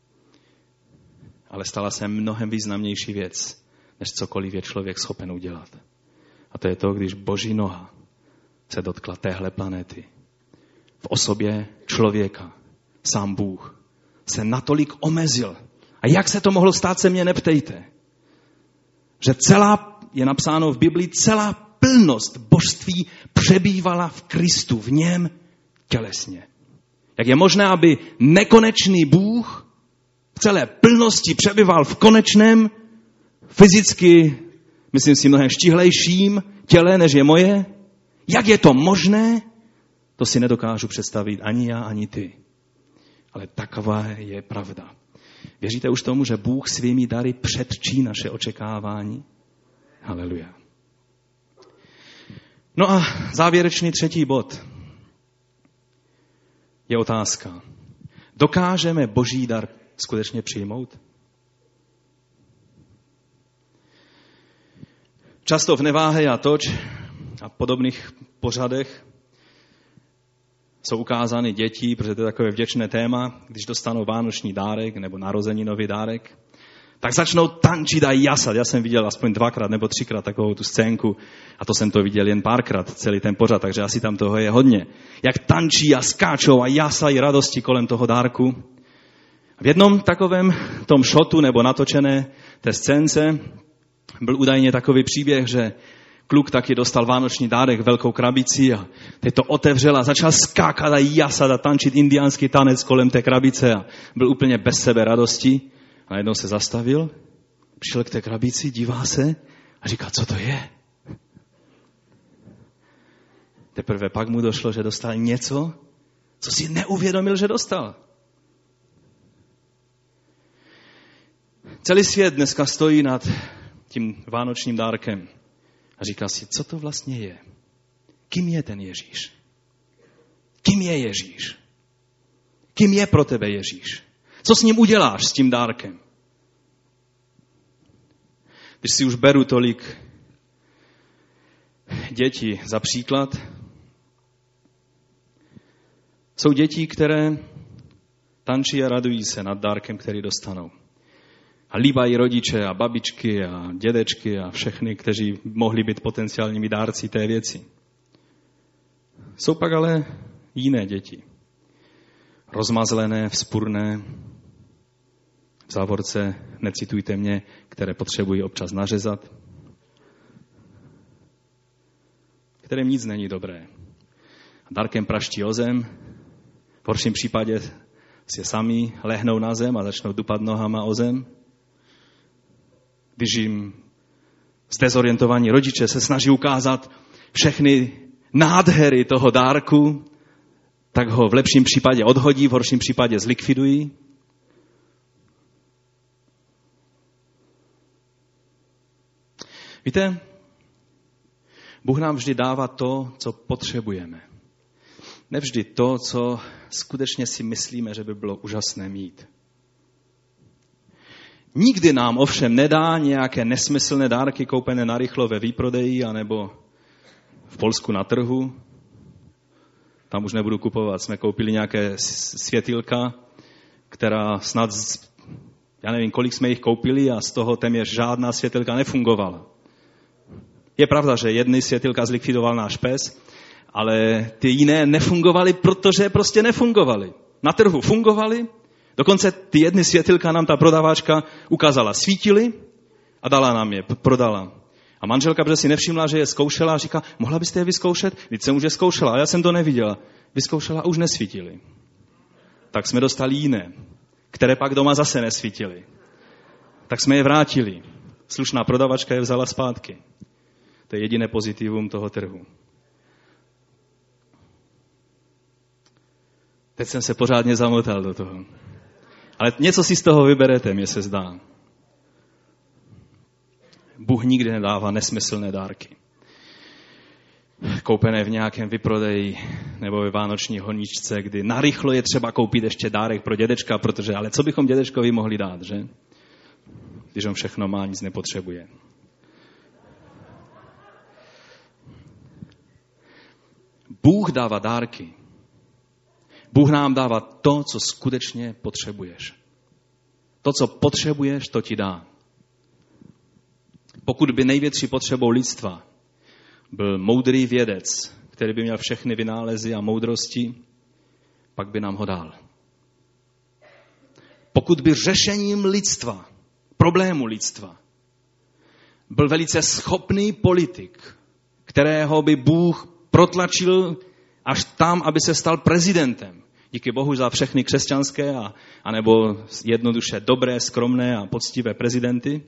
ale stala se mnohem významnější věc, než cokoliv je člověk schopen udělat. A to je to, když Boží noha se dotkla téhle planety. V osobě člověka, sám Bůh, se natolik omezil. A jak se to mohlo stát, se mě neptejte. Že je napsáno v Biblii, celá plnost božství přebývala v Kristu, v něm tělesně. Jak je možné, aby nekonečný Bůh v celé plnosti přebyval v konečném, fyzicky, myslím si, mnohem štíhlejším těle, než je moje? Jak je to možné? To si nedokážu představit ani já, ani ty. Ale taková je pravda. Věříte už tomu, že Bůh svými dary předčí naše očekávání? Haleluja. No a závěrečný třetí bod je otázka. Dokážeme Boží dar skutečně přijmout? Často v Neváhej a toč a podobných pořadech jsou ukázány děti, protože to je takové vděčné téma, když dostanou vánoční dárek nebo narozeninový dárek, tak začnou tančit a jasat. Já jsem viděl aspoň 2x nebo 3x takovou tu scénku a to jsem to viděl jen párkrát, celý ten pořad, takže asi tam toho je hodně. Jak tančí a skáčou a jasají radosti kolem toho dárku. V jednom takovém tom šotu nebo natočené té scénce byl údajně takový příběh, že kluk taky dostal vánoční dárek, velkou krabici a teď to otevřel a začal skákat a jasat a tančit indiánský tanec kolem té krabice a byl úplně bez sebe radosti. A najednou se zastavil, přišel k té krabici, dívá se a říká, co to je? Teprve pak mu došlo, že dostal něco, co si neuvědomil, že dostal. Celý svět dneska stojí nad tím vánočním dárkem a říká si, co to vlastně je? Kým je ten Ježíš? Kým je Ježíš? Kým je pro tebe Ježíš? Co s ním uděláš, s tím dárkem? Když si už beru tolik dětí za příklad, jsou děti, které tančí a radují se nad dárkem, který dostanou. A líbají rodiče a babičky a dědečky a všechny, kteří mohli být potenciálními dárci té věci. Jsou pak ale jiné děti. Rozmazlené, vzpurné, v závorce necitujte mě, které potřebují občas nařezat, kterým nic není dobré. A dárkem praští o zem, v horším případě si sami lehnou na zem a začnou dupat nohama o zem. Když jim zdezorientovaní rodiče se snaží ukázat všechny nádhery toho dárku, tak ho v lepším případě odhodí, v horším případě zlikvidují. Víte, Bůh nám vždy dává to, co potřebujeme. Nevždy to, co skutečně si myslíme, že by bylo úžasné mít. Nikdy nám ovšem nedá nějaké nesmyslné dárky koupené narychlo ve výprodeji anebo v Polsku na trhu. Tam už nebudu kupovat. Jsme koupili nějaké světýlka, která snad, já nevím, kolik jsme jich koupili a z toho téměř žádná světýlka nefungovala. Je pravda, že jedny světýlka zlikvidoval náš pes, ale ty jiné nefungovaly, protože prostě nefungovaly. Na trhu fungovaly, dokonce ty jedny světýlka nám ta prodavačka ukázala, svítily a dala nám je, prodala. A manželka, protože si nevšimla, že je zkoušela, a říká, mohla byste je vyzkoušet? Vždyť jsem už je zkoušela, a já jsem to neviděla. Vyzkoušela a už nesvítily. Tak jsme dostali jiné, které pak doma zase nesvítily. Tak jsme je vrátili. Slušná prodavačka je vzala zpátky. To je jediné pozitivum toho trhu. Teď jsem se pořádně zamotal do toho. Ale něco si z toho vyberete, mně se zdá. Bůh nikdy nedává nesmyslné dárky. Koupené v nějakém vyprodeji nebo ve vánoční honičce, kdy narychlo je třeba koupit ještě dárek pro dědečka, protože ale co bychom dědečkovi mohli dát, že? Když on všechno má, nic nepotřebuje. Bůh dává dárky. Bůh nám dává to, co skutečně potřebuješ. To, co potřebuješ, to ti dá. Pokud by největší potřebou lidstva byl moudrý vědec, který by měl všechny vynálezy a moudrosti, pak by nám ho dal. Pokud by řešením lidstva, problému lidstva, byl velice schopný politik, kterého by Bůh protlačil až tam, aby se stal prezidentem. Díky Bohu za všechny křesťanské anebo jednoduše dobré, skromné a poctivé prezidenty.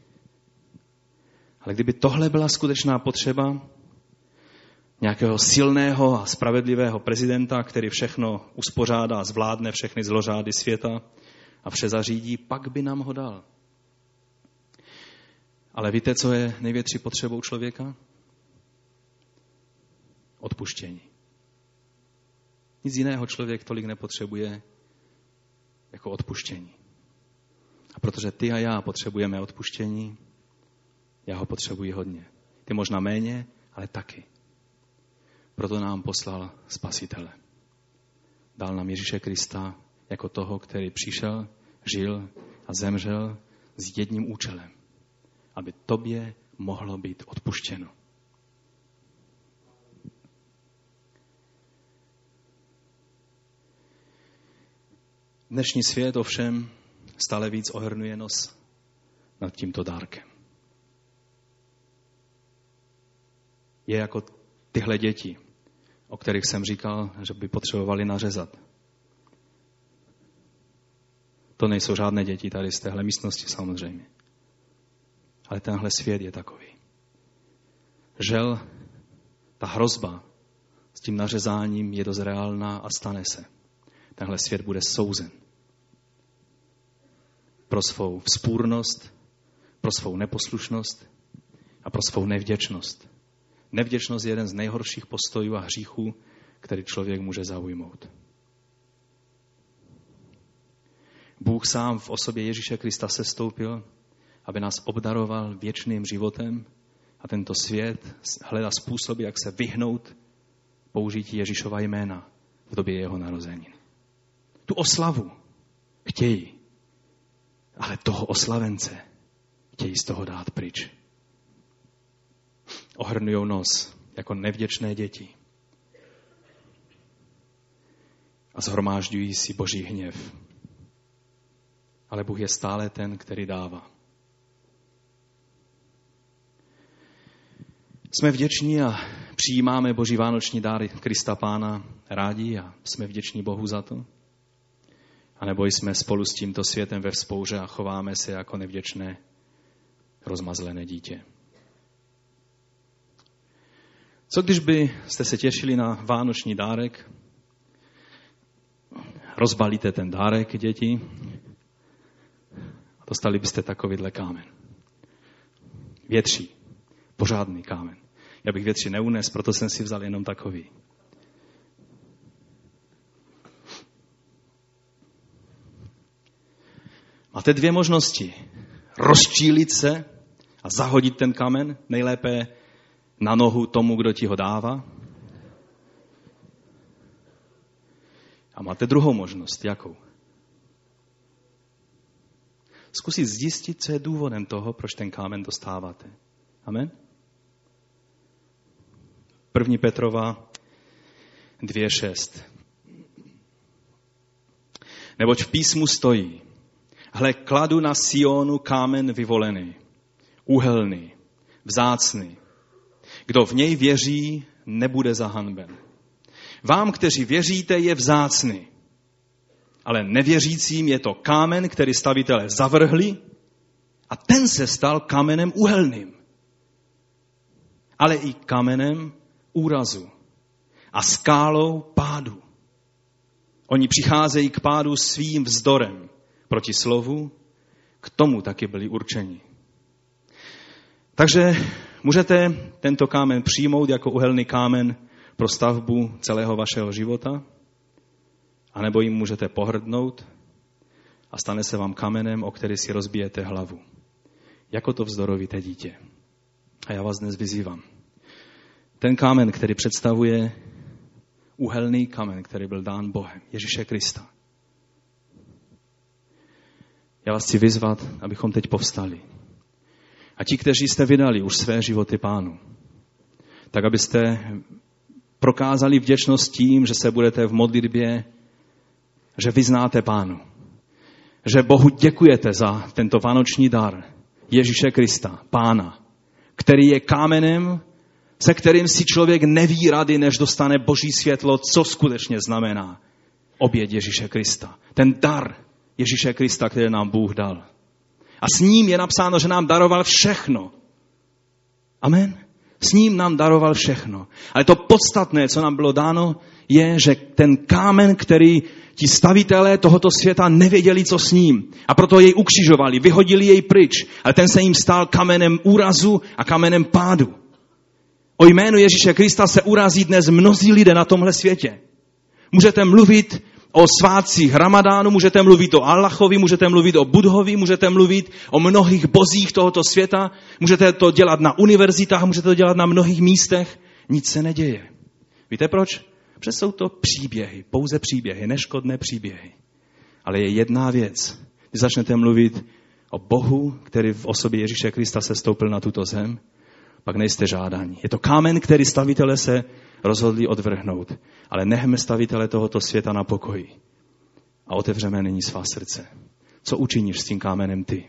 Ale kdyby tohle byla skutečná potřeba nějakého silného a spravedlivého prezidenta, který všechno uspořádá, zvládne všechny zlořády světa a vše zařídí, pak by nám ho dal. Ale víte, co je největší potřebou člověka? Odpuštění. Nic jiného člověk tolik nepotřebuje jako odpuštění. A protože ty a já potřebujeme odpuštění, já ho potřebuji hodně. Ty možná méně, ale taky. Proto nám poslal Spasitele. Dal nám Ježíše Krista jako toho, který přišel, žil a zemřel s jedním účelem. Aby tobě mohlo být odpuštěno. Dnešní svět ovšem stále víc ohrnuje nos nad tímto dárkem. Je jako tyhle děti, o kterých jsem říkal, že by potřebovali nařezat. To nejsou žádné děti tady z téhle místnosti samozřejmě. Ale tenhle svět je takový. Žel, ta hrozba s tím nařezáním je dost reálná a stane se. Tenhle svět bude souzen. pro svou vzpůrnost, pro svou neposlušnost a pro svou nevděčnost. Nevděčnost je jeden z nejhorších postojů a hříchů, který člověk může zaujmout. Bůh sám v osobě Ježíše Krista sestoupil, aby nás obdaroval věčným životem a tento svět hledá způsoby, jak se vyhnout použití Ježíšova jména v době jeho narozenin. Tu oslavu chtějí, ale toho oslavence chtějí z toho dát pryč. Ohrnujou nos jako nevděčné děti a shromážďují si Boží hněv. Ale Bůh je stále ten, který dává. Jsme vděční a přijímáme Boží vánoční dáry Krista Pána rádi a jsme vděční Bohu za to? A nebo jsme spolu s tímto světem ve vzpouře a chováme se jako nevděčné, rozmazlené dítě? Co když byste se těšili na vánoční dárek, rozbalíte ten dárek, děti, a dostali byste takovýhle kámen. Větší, pořádný kámen. Já bych větší neunes, proto jsem si vzal jenom takový. Máte dvě možnosti. Rozčílit se a zahodit ten kamen, nejlépe na nohu tomu, kdo ti ho dává. A máte druhou možnost. Jakou? Zkusit zjistit, co je důvodem toho, proč ten kámen dostáváte. Amen? 1. Petrova 2.6. Neboť v písmu stojí: hle, kladu na Sionu kámen vyvolený, úhelný, vzácný. Kdo v něj věří, nebude zahanben. Vám, kteří věříte, je vzácný. Ale nevěřícím je to kámen, který stavitelé zavrhli, a ten se stal kamenem úhelným. Ale i kamenem úrazu a skálou pádu. Oni přicházejí k pádu svým vzdorem proti slovu, k tomu taky byli určeni. Takže můžete tento kámen přijmout jako uhelný kámen pro stavbu celého vašeho života, anebo jim můžete pohrdnout a stane se vám kamenem, o který si rozbijete hlavu. Jako to vzdorovíte dítě. A já vás dnes vyzývám. Ten kámen, který představuje uhelný kamen, který byl dán Bohem, Ježíše Krista. Já vás chci vyzvat, abychom teď povstali. A ti, kteří jste vydali už své životy Pánu, tak abyste prokázali vděčnost tím, že se budete v modlitbě, že vyznáte Pánu. Že Bohu děkujete za tento vánoční dar Ježíše Krista, Pána, který je kámenem, se kterým si člověk neví rady, než dostane Boží světlo, co skutečně znamená oběť Ježíše Krista. Ten dar Ježíše Krista, který nám Bůh dal. A s ním je napsáno, že nám daroval všechno. Amen. S ním nám daroval všechno. Ale to podstatné, co nám bylo dáno, je, že ten kámen, který ti stavitelé tohoto světa nevěděli, co s ním. A proto jej ukřižovali, vyhodili jej pryč. Ale ten se jim stal kamenem úrazu a kamenem pádu. O jménu Ježíše Krista se urazí dnes mnozí lidé na tomhle světě. Můžete mluvit o svátcích Ramadánu, můžete mluvit o Allahovi, můžete mluvit o Budhovi, můžete mluvit o mnohých bozích tohoto světa, můžete to dělat na univerzitách, můžete to dělat na mnohých místech. Nic se neděje. Víte proč? Protože jsou to příběhy, pouze příběhy, neškodné příběhy. Ale je jedna věc. Když začnete mluvit o Bohu, který v osobě Ježíše Krista se stoupil na tuto zem, pak nejste žádáni. Je to kámen, který stavitelé se rozhodli odvrhnout. Ale nechme stavitele tohoto světa na pokoji. A otevřeme nyní svá srdce. Co učiníš s tím kámenem ty?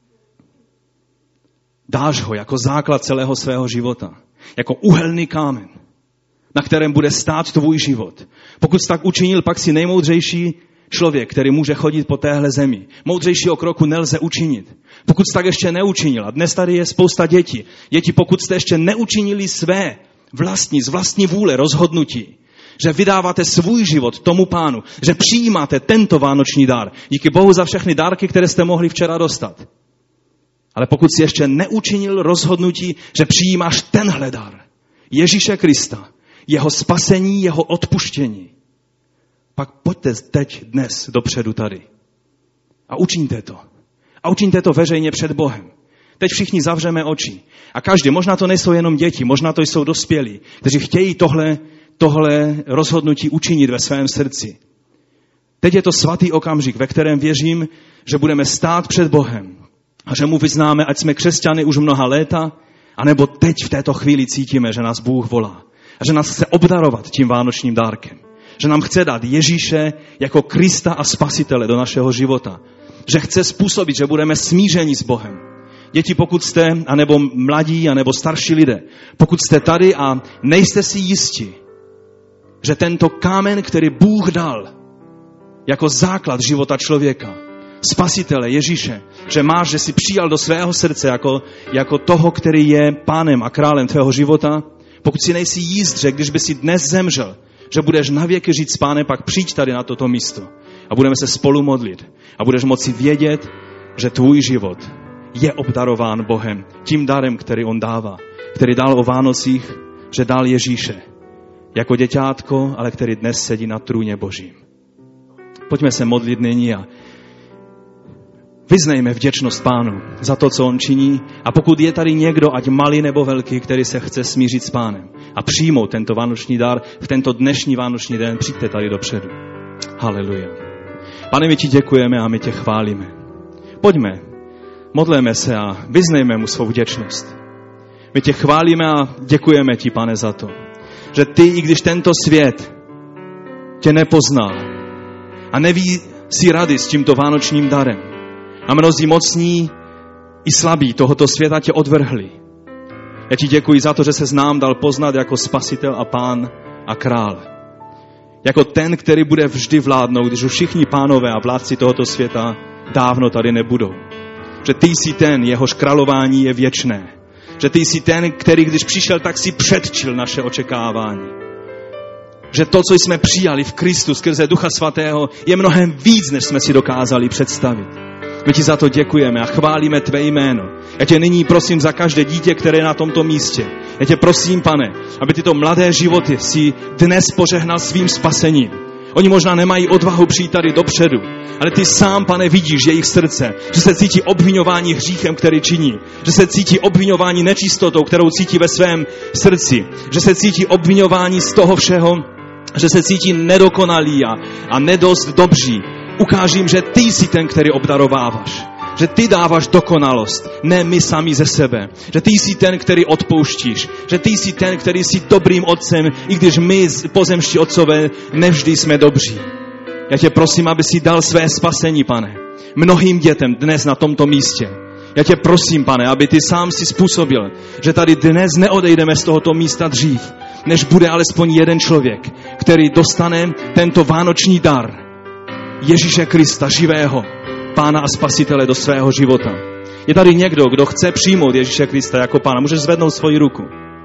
Dáš ho jako základ celého svého života. Jako uhelný kámen, na kterém bude stát tvůj život. Pokud jsi tak učinil, pak si nejmoudřejší člověk, který může chodit po téhle zemi. Moudřejšího kroku nelze učinit. Pokud jsi tak ještě neučinil, a dnes tady je spousta dětí. Děti, pokud jste ještě neučinili své vlastní, z vlastní vůle rozhodnutí, že vydáváte svůj život tomu Pánu, že přijímáte tento vánoční dar. Díky Bohu za všechny dárky, které jste mohli včera dostat. Ale pokud jsi ještě neučinil rozhodnutí, že přijímáš tenhle dar, Ježíše Krista, jeho spasení, jeho odpuštění, pak pojďte teď, dnes, dopředu tady. A učiňte to. A učiňte to veřejně před Bohem. Teď všichni zavřeme oči. A každý, možná to nejsou jenom děti, možná to jsou dospělí, kteří chtějí tohle rozhodnutí učinit ve svém srdci. Teď je to svatý okamžik, ve kterém věřím, že budeme stát před Bohem a že mu vyznáme, ať jsme křesťany už mnoha léta, anebo teď v této chvíli cítíme, že nás Bůh volá a že nás chce obdarovat tím vánočním dárkem. Že nám chce dát Ježíše jako Krista a Spasitele do našeho života. Že chce způsobit, že budeme smířeni s Bohem. Děti, pokud jste, anebo mladí, anebo starší lidé, pokud jste tady a nejste si jisti, že tento kámen, který Bůh dal jako základ života člověka, Spasitele Ježíše, že si přijal do svého srdce jako toho, který je pánem a králem tvého života, pokud si nejsi jist, že když by si dnes zemřel, že budeš navěky žít s Pánem, pak přijď tady na toto místo a budeme se spolu modlit a budeš moci vědět, že tvůj život je obdarován Bohem tím darem, který on dává, který dal o Vánocích, že dal Ježíše jako děťátko, ale který dnes sedí na trůně Božím. Pojďme se modlit nyní a vyznejme vděčnost Pánu za to, co on činí. A pokud je tady někdo, ať malý nebo velký, který se chce smířit s Pánem a přijmout tento vánoční dar v tento dnešní vánoční den, přijďte tady dopředu. Haleluja. Pane, my ti děkujeme a my tě chválíme. Pojďme, modleme se a vyznejme mu svou vděčnost. My tě chválíme a děkujeme ti, Pane, za to, že ty, i když tento svět tě nepoznal a neví si rady s tímto vánočním darem, a mnozí mocní i slabí tohoto světa tě odvrhli. Já ti děkuji za to, že se nám dal poznat jako Spasitel a Pán a Král. Jako ten, který bude vždy vládnout, když už všichni pánové a vládci tohoto světa dávno tady nebudou. Že ty jsi ten, jehož králování je věčné. Že ty jsi ten, který když přišel, tak si předčil naše očekávání. Že to, co jsme přijali v Kristu skrze Ducha Svatého, je mnohem víc, než jsme si dokázali představit. My ti za to děkujeme a chválíme tvé jméno. Já tě nyní prosím za každé dítě, které je na tomto místě. Já tě prosím, Pane, aby tyto mladé životy si dnes požehnal svým spasením. Oni možná nemají odvahu přijít tady dopředu, ale ty sám, Pane, vidíš jejich srdce, že se cítí obviňování hříchem, který činí, že se cítí obviňování nečistotou, kterou cítí ve svém srdci, že se cítí obviňování z toho všeho, že se cítí nedokonalí a nedost dobří. Ukáž jim, že ty jsi ten, který obdarováváš. Že ty dáváš dokonalost, ne my sami ze sebe. Že ty jsi ten, který odpouštíš. Že ty jsi ten, který jsi dobrým otcem, i když my, pozemští otcové, nevždy jsme dobří. Já tě prosím, aby si dal své spasení, Pane, mnohým dětem dnes na tomto místě. Já tě prosím, Pane, aby ty sám si způsobil, že tady dnes neodejdeme z tohoto místa dřív, než bude alespoň jeden člověk, který dostane tento vánoční dar Ježíše Krista, živého Pána a Spasitele do svého života. Je tady někdo, kdo chce přijmout Ježíše Krista jako Pána. Můžeš zvednout svoji ruku.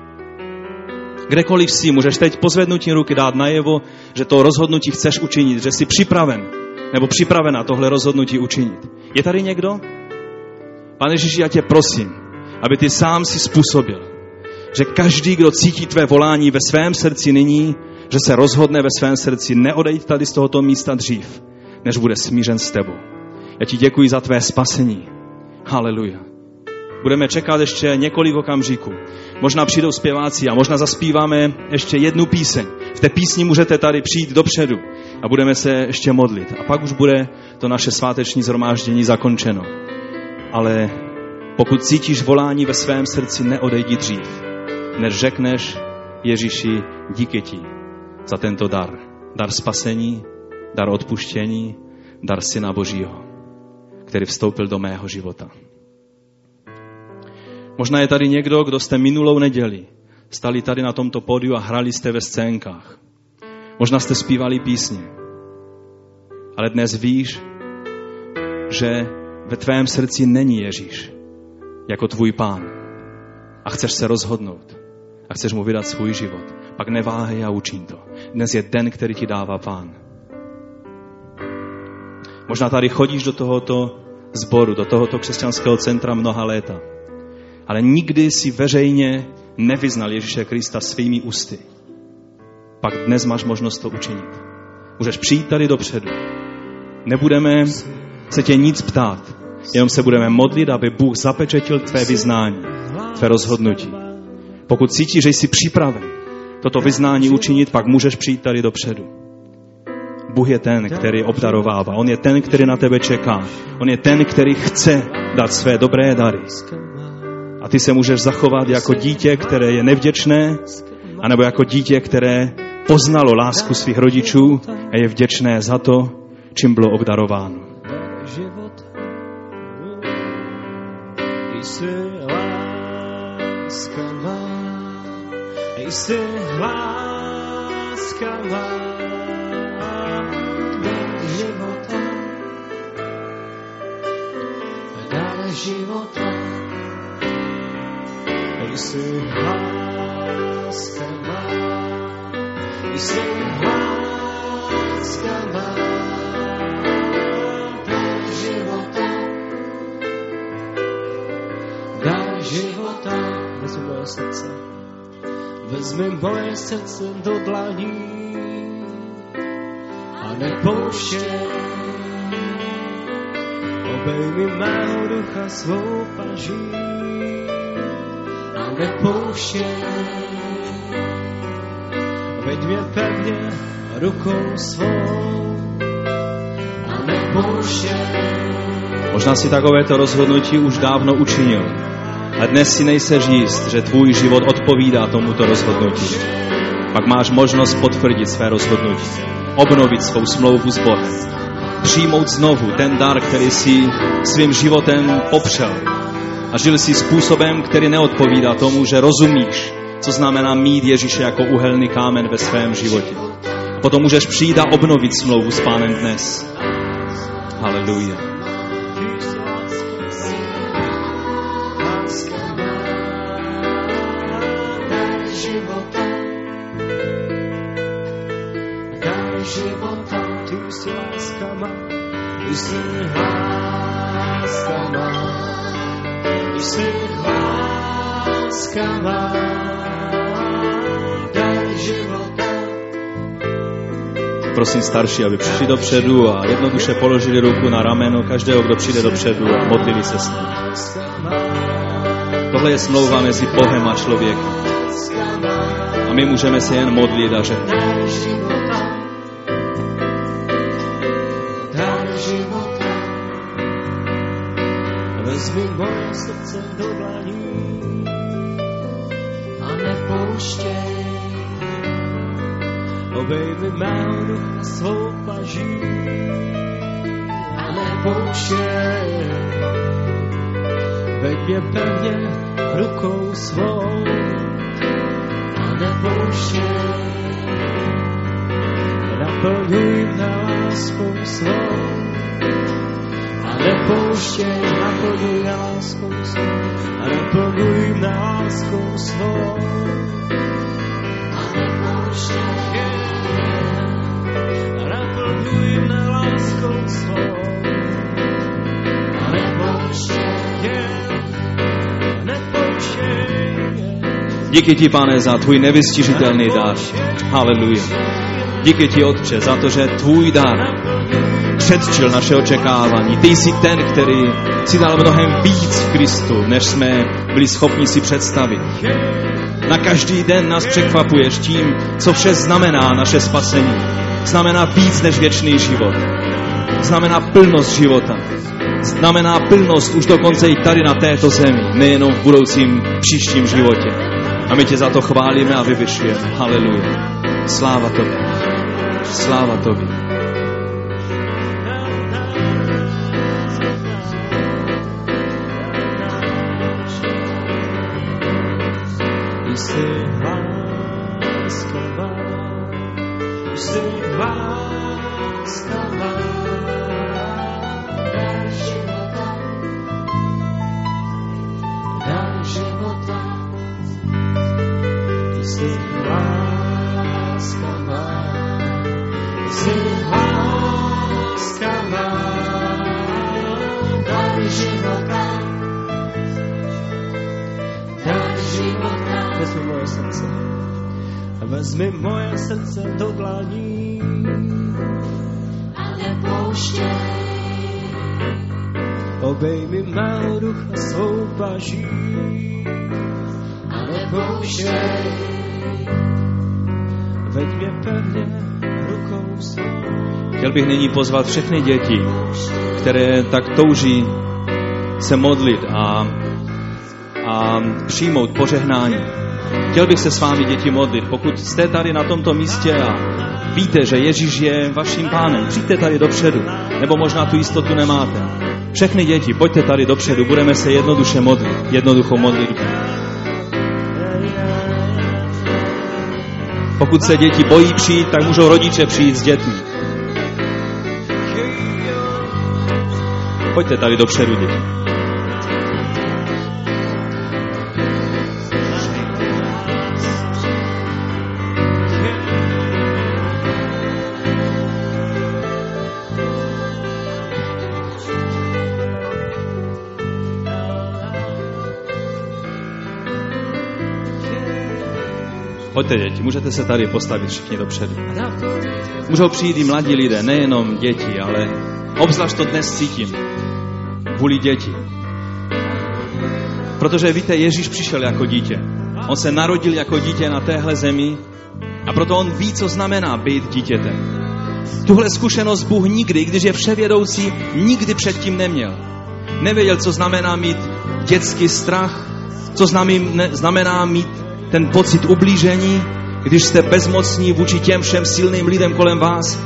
Kdekoliv jsi, můžeš teď po zvednutí ruky dát najevo, že to rozhodnutí chceš učinit, že jsi připraven nebo připravena tohle rozhodnutí učinit. Je tady někdo? Pane Ježíši, já tě prosím, aby ty sám si způsobil, že každý, kdo cítí tvé volání ve svém srdci nyní, že se rozhodne ve svém srdci neodejít tady z tohoto místa dřív, než bude smířen s tebou. Já ti děkuji za tvé spasení. Haleluja. Budeme čekat ještě několik okamžiků. Možná přijdou zpěváci a možná zaspíváme ještě jednu píseň. V té písni můžete tady přijít dopředu a budeme se ještě modlit. A pak už bude to naše sváteční shromáždění zakončeno. Ale pokud cítíš volání ve svém srdci, neodejdi dřív, než řekneš Ježíši, díky ti za tento dar. Dar spasení, dar odpuštění, dar Syna Božího, který vstoupil do mého života. Možná je tady někdo, kdo jste minulou neděli stali tady na tomto pódiu a hrali jste ve scénkách. Možná jste zpívali písně. Ale dnes víš, že ve tvém srdci není Ježíš jako tvůj Pán. A chceš se rozhodnout. A chceš mu vydat svůj život. pak neváhej a učin to. Dnes je den, který ti dává Pán. Možná tady chodíš do tohoto sboru, do tohoto křesťanského centra mnoha léta, ale nikdy si veřejně nevyznal Ježíše Krista svými ústy. Pak dnes máš možnost to učinit. Můžeš přijít tady dopředu. Nebudeme se tě nic ptát, jenom se budeme modlit, aby Bůh zapečetil tvé vyznání, tvé rozhodnutí. Pokud cítíš, že jsi připraven toto vyznání učinit, pak můžeš přijít tady dopředu. Bůh je ten, který obdarovává. On je ten, který na tebe čeká. On je ten, který chce dát své dobré dary. A ty se můžeš zachovat jako dítě, které je nevděčné, anebo jako dítě, které poznalo lásku svých rodičů a je vděčné za to, čím bylo obdarováno. Jsi láskavá, dar života, dar života. Jsi láskavá, jsi láskavá, dar života, dar života. Vezmi moje srdce. Vezmi moje srdce do dlaní a nepouštěj. Obejmi mého ducha svou paží a nepouštěj. Veď mě pevně rukou svou a nepouštěj. Možná si takovéto rozhodnutí už dávno učinil. A dnes si nejseš jist, že tvůj život odpovídá tomuto rozhodnutí. Pak máš možnost potvrdit své rozhodnutí. Obnovit svou smlouvu s Bohem. Přijmout znovu ten dar, který si svým životem popřel. A žil si způsobem, který neodpovídá tomu, že rozumíš, co znamená mít Ježíše jako uhelný kámen ve svém životě. Potom můžeš přijít a obnovit smlouvu s Pánem dnes. Haleluja. Prosím starší, aby přišli dopředu a jednoduše položili ruku na rameno každého, kdo přijde dopředu a modlili se s ním. Tohle je smlouva mezi Bohem a člověkem. A my můžeme se jen modlit a žehnat. Vezmi moje srdce do dlaní a nepouštěj. Obejmi mého ducha svou paží a nepouštěj. Veď mě pevně rukou svou a nepouštěj. Naplňuj mě láskou svou a nepouštěj. Naplňuj mě láskou svou a naplňuj mě láskou svou a nepouštěj. Naplňuj mě láskou svou a nepouštěj. Díky ti, Pane, za tvůj nevystižitelný dar. Haleluja. Díky ti, Otče, za to, že tvůj dar předčil naše očekávání. Ty jsi ten, který si dal mnohem víc v Kristu, než jsme byli schopni si představit. Na každý den nás překvapuješ tím, co vše znamená naše spasení. Znamená víc než věčný život. Znamená plnost života. Znamená plnost už dokonce i tady na této zemi, nejenom v budoucím příštím životě. A my tě za to chválíme a vyvyšujeme. Haleluja. Sláva tobě. Sláva tobě. Jsi láskavá, jsi láskavá, dar života, dar života. Jsi láskavá. Jsi láska má, dar života. Vezmi moje srdce. Vezmi moje srdce do dlaní. A nepouštěj. Obejmi mého ducha svou paží. A nepouštěj. Veď mě pevně rukou svou. Chtěl bych nyní pozvat všechny děti, které tak touží se modlit a přijmout požehnání. Chtěl bych se s vámi, děti, modlit. Pokud jste tady na tomto místě a víte, že Ježíš je vaším pánem, přijďte tady dopředu, nebo možná tu jistotu nemáte. Všechny děti, pojďte tady dopředu, budeme se jednoduše modlit, jednoduchou modlitbu. Pokud se děti bojí přijít, tak můžou rodiče přijít s dětmi. Pojďte tady dopředu, děti. Pojďte, děti, můžete se tady postavit všichni dopředu. Můžou přijít i mladí lidé, nejenom děti, ale obzvlášť to dnes cítím. Kvůli děti. Protože víte, Ježíš přišel jako dítě. On se narodil jako dítě na téhle zemi a proto on ví, co znamená být dítětem. Tuhle zkušenost Bůh nikdy, když je vševědoucí, nikdy předtím neměl. Nevěděl, co znamená mít dětský strach, co znamená mít ten pocit ublížení, když jste bezmocní vůči těm všem silným lidem kolem vás.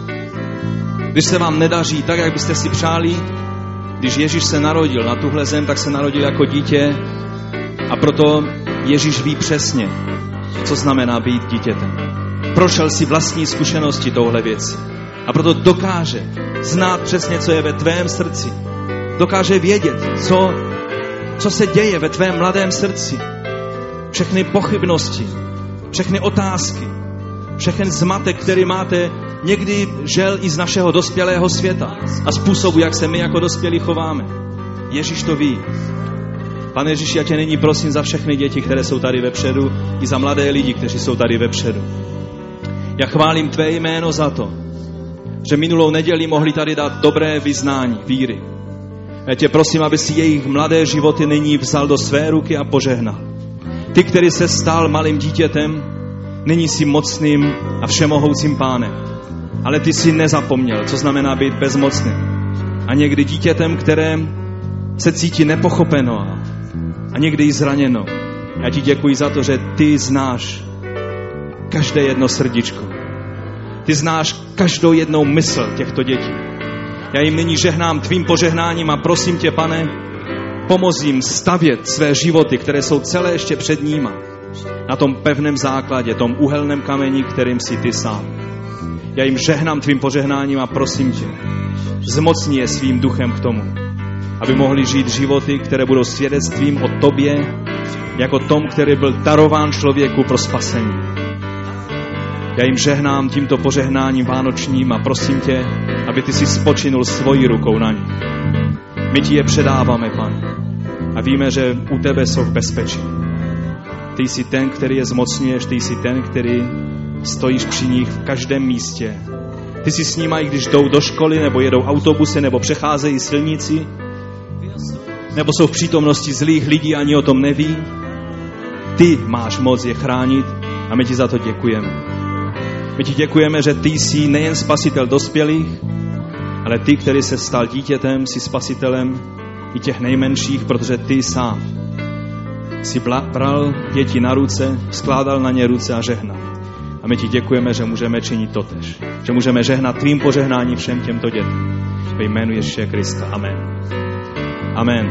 Když se vám nedaří tak, jak byste si přáli. Když Ježíš se narodil na tuhle zem, tak se narodil jako dítě a proto Ježíš ví přesně, co znamená být dítětem. Prošel si vlastní zkušenosti touhle věci a proto dokáže znát přesně, co je ve tvém srdci. Dokáže vědět, co se děje ve tvém mladém srdci. Všechny pochybnosti, všechny otázky, všechny zmatek, který máte někdy žel i z našeho dospělého světa a způsobu, jak se my jako dospělí chováme. Ježíš to ví. Pane Ježíši, já tě nyní prosím za všechny děti, které jsou tady vepředu, i za mladé lidi, kteří jsou tady vepředu. Já chválím tvé jméno za to, že minulou neděli mohli tady dát dobré vyznání víry. Já tě prosím, aby si jejich mladé životy nyní vzal do své ruky a požehnal. Ty, který se stal malým dítětem, nyní jsi mocným a všemohoucím pánem. Ale ty jsi nezapomněl, co znamená být bezmocným. A někdy dítětem, které se cítí nepochopeno a někdy i zraněno. Já ti děkuji za to, že ty znáš každé jedno srdíčko. Ty znáš každou jednou mysl těchto dětí. Já jim nyní žehnám tvým požehnáním a prosím tě, Pane, pomoz jim stavět své životy, které jsou celé ještě před níma, na tom pevném základě, tom uhelném kameni, kterým jsi ty sám. Já jim žehnám tvým požehnáním a prosím tě, zmocni je svým duchem k tomu, aby mohli žít životy, které budou svědectvím o tobě, jako tom, který byl darován člověku pro spasení. Já jim žehnám tímto požehnáním vánočním a prosím tě, aby ty si spočinul svojí rukou na ně. My ti je předáváme, Pane, a víme, že u tebe jsou v bezpečí. Ty jsi ten, který je zmocňuješ, ty jsi ten, který stojíš při nich v každém místě. Ty jsi s nimi, i když jdou do školy, nebo jedou autobusy, nebo přecházejí silnici, nebo jsou v přítomnosti zlých lidí, ani o tom neví. Ty máš moc je chránit a my ti za to děkujeme. My ti děkujeme, že ty jsi nejen spasitel dospělých, ale ty, který se stal dítětem, jsi spasitelem i těch nejmenších, protože ty sám jsi bral děti na ruce, skládal na ně ruce a žehnal. A my ti děkujeme, že můžeme činit totéž. Že můžeme žehnat tvým požehnáním všem těmto dětem. Ve jménu Ježíše Krista. Amen. Amen.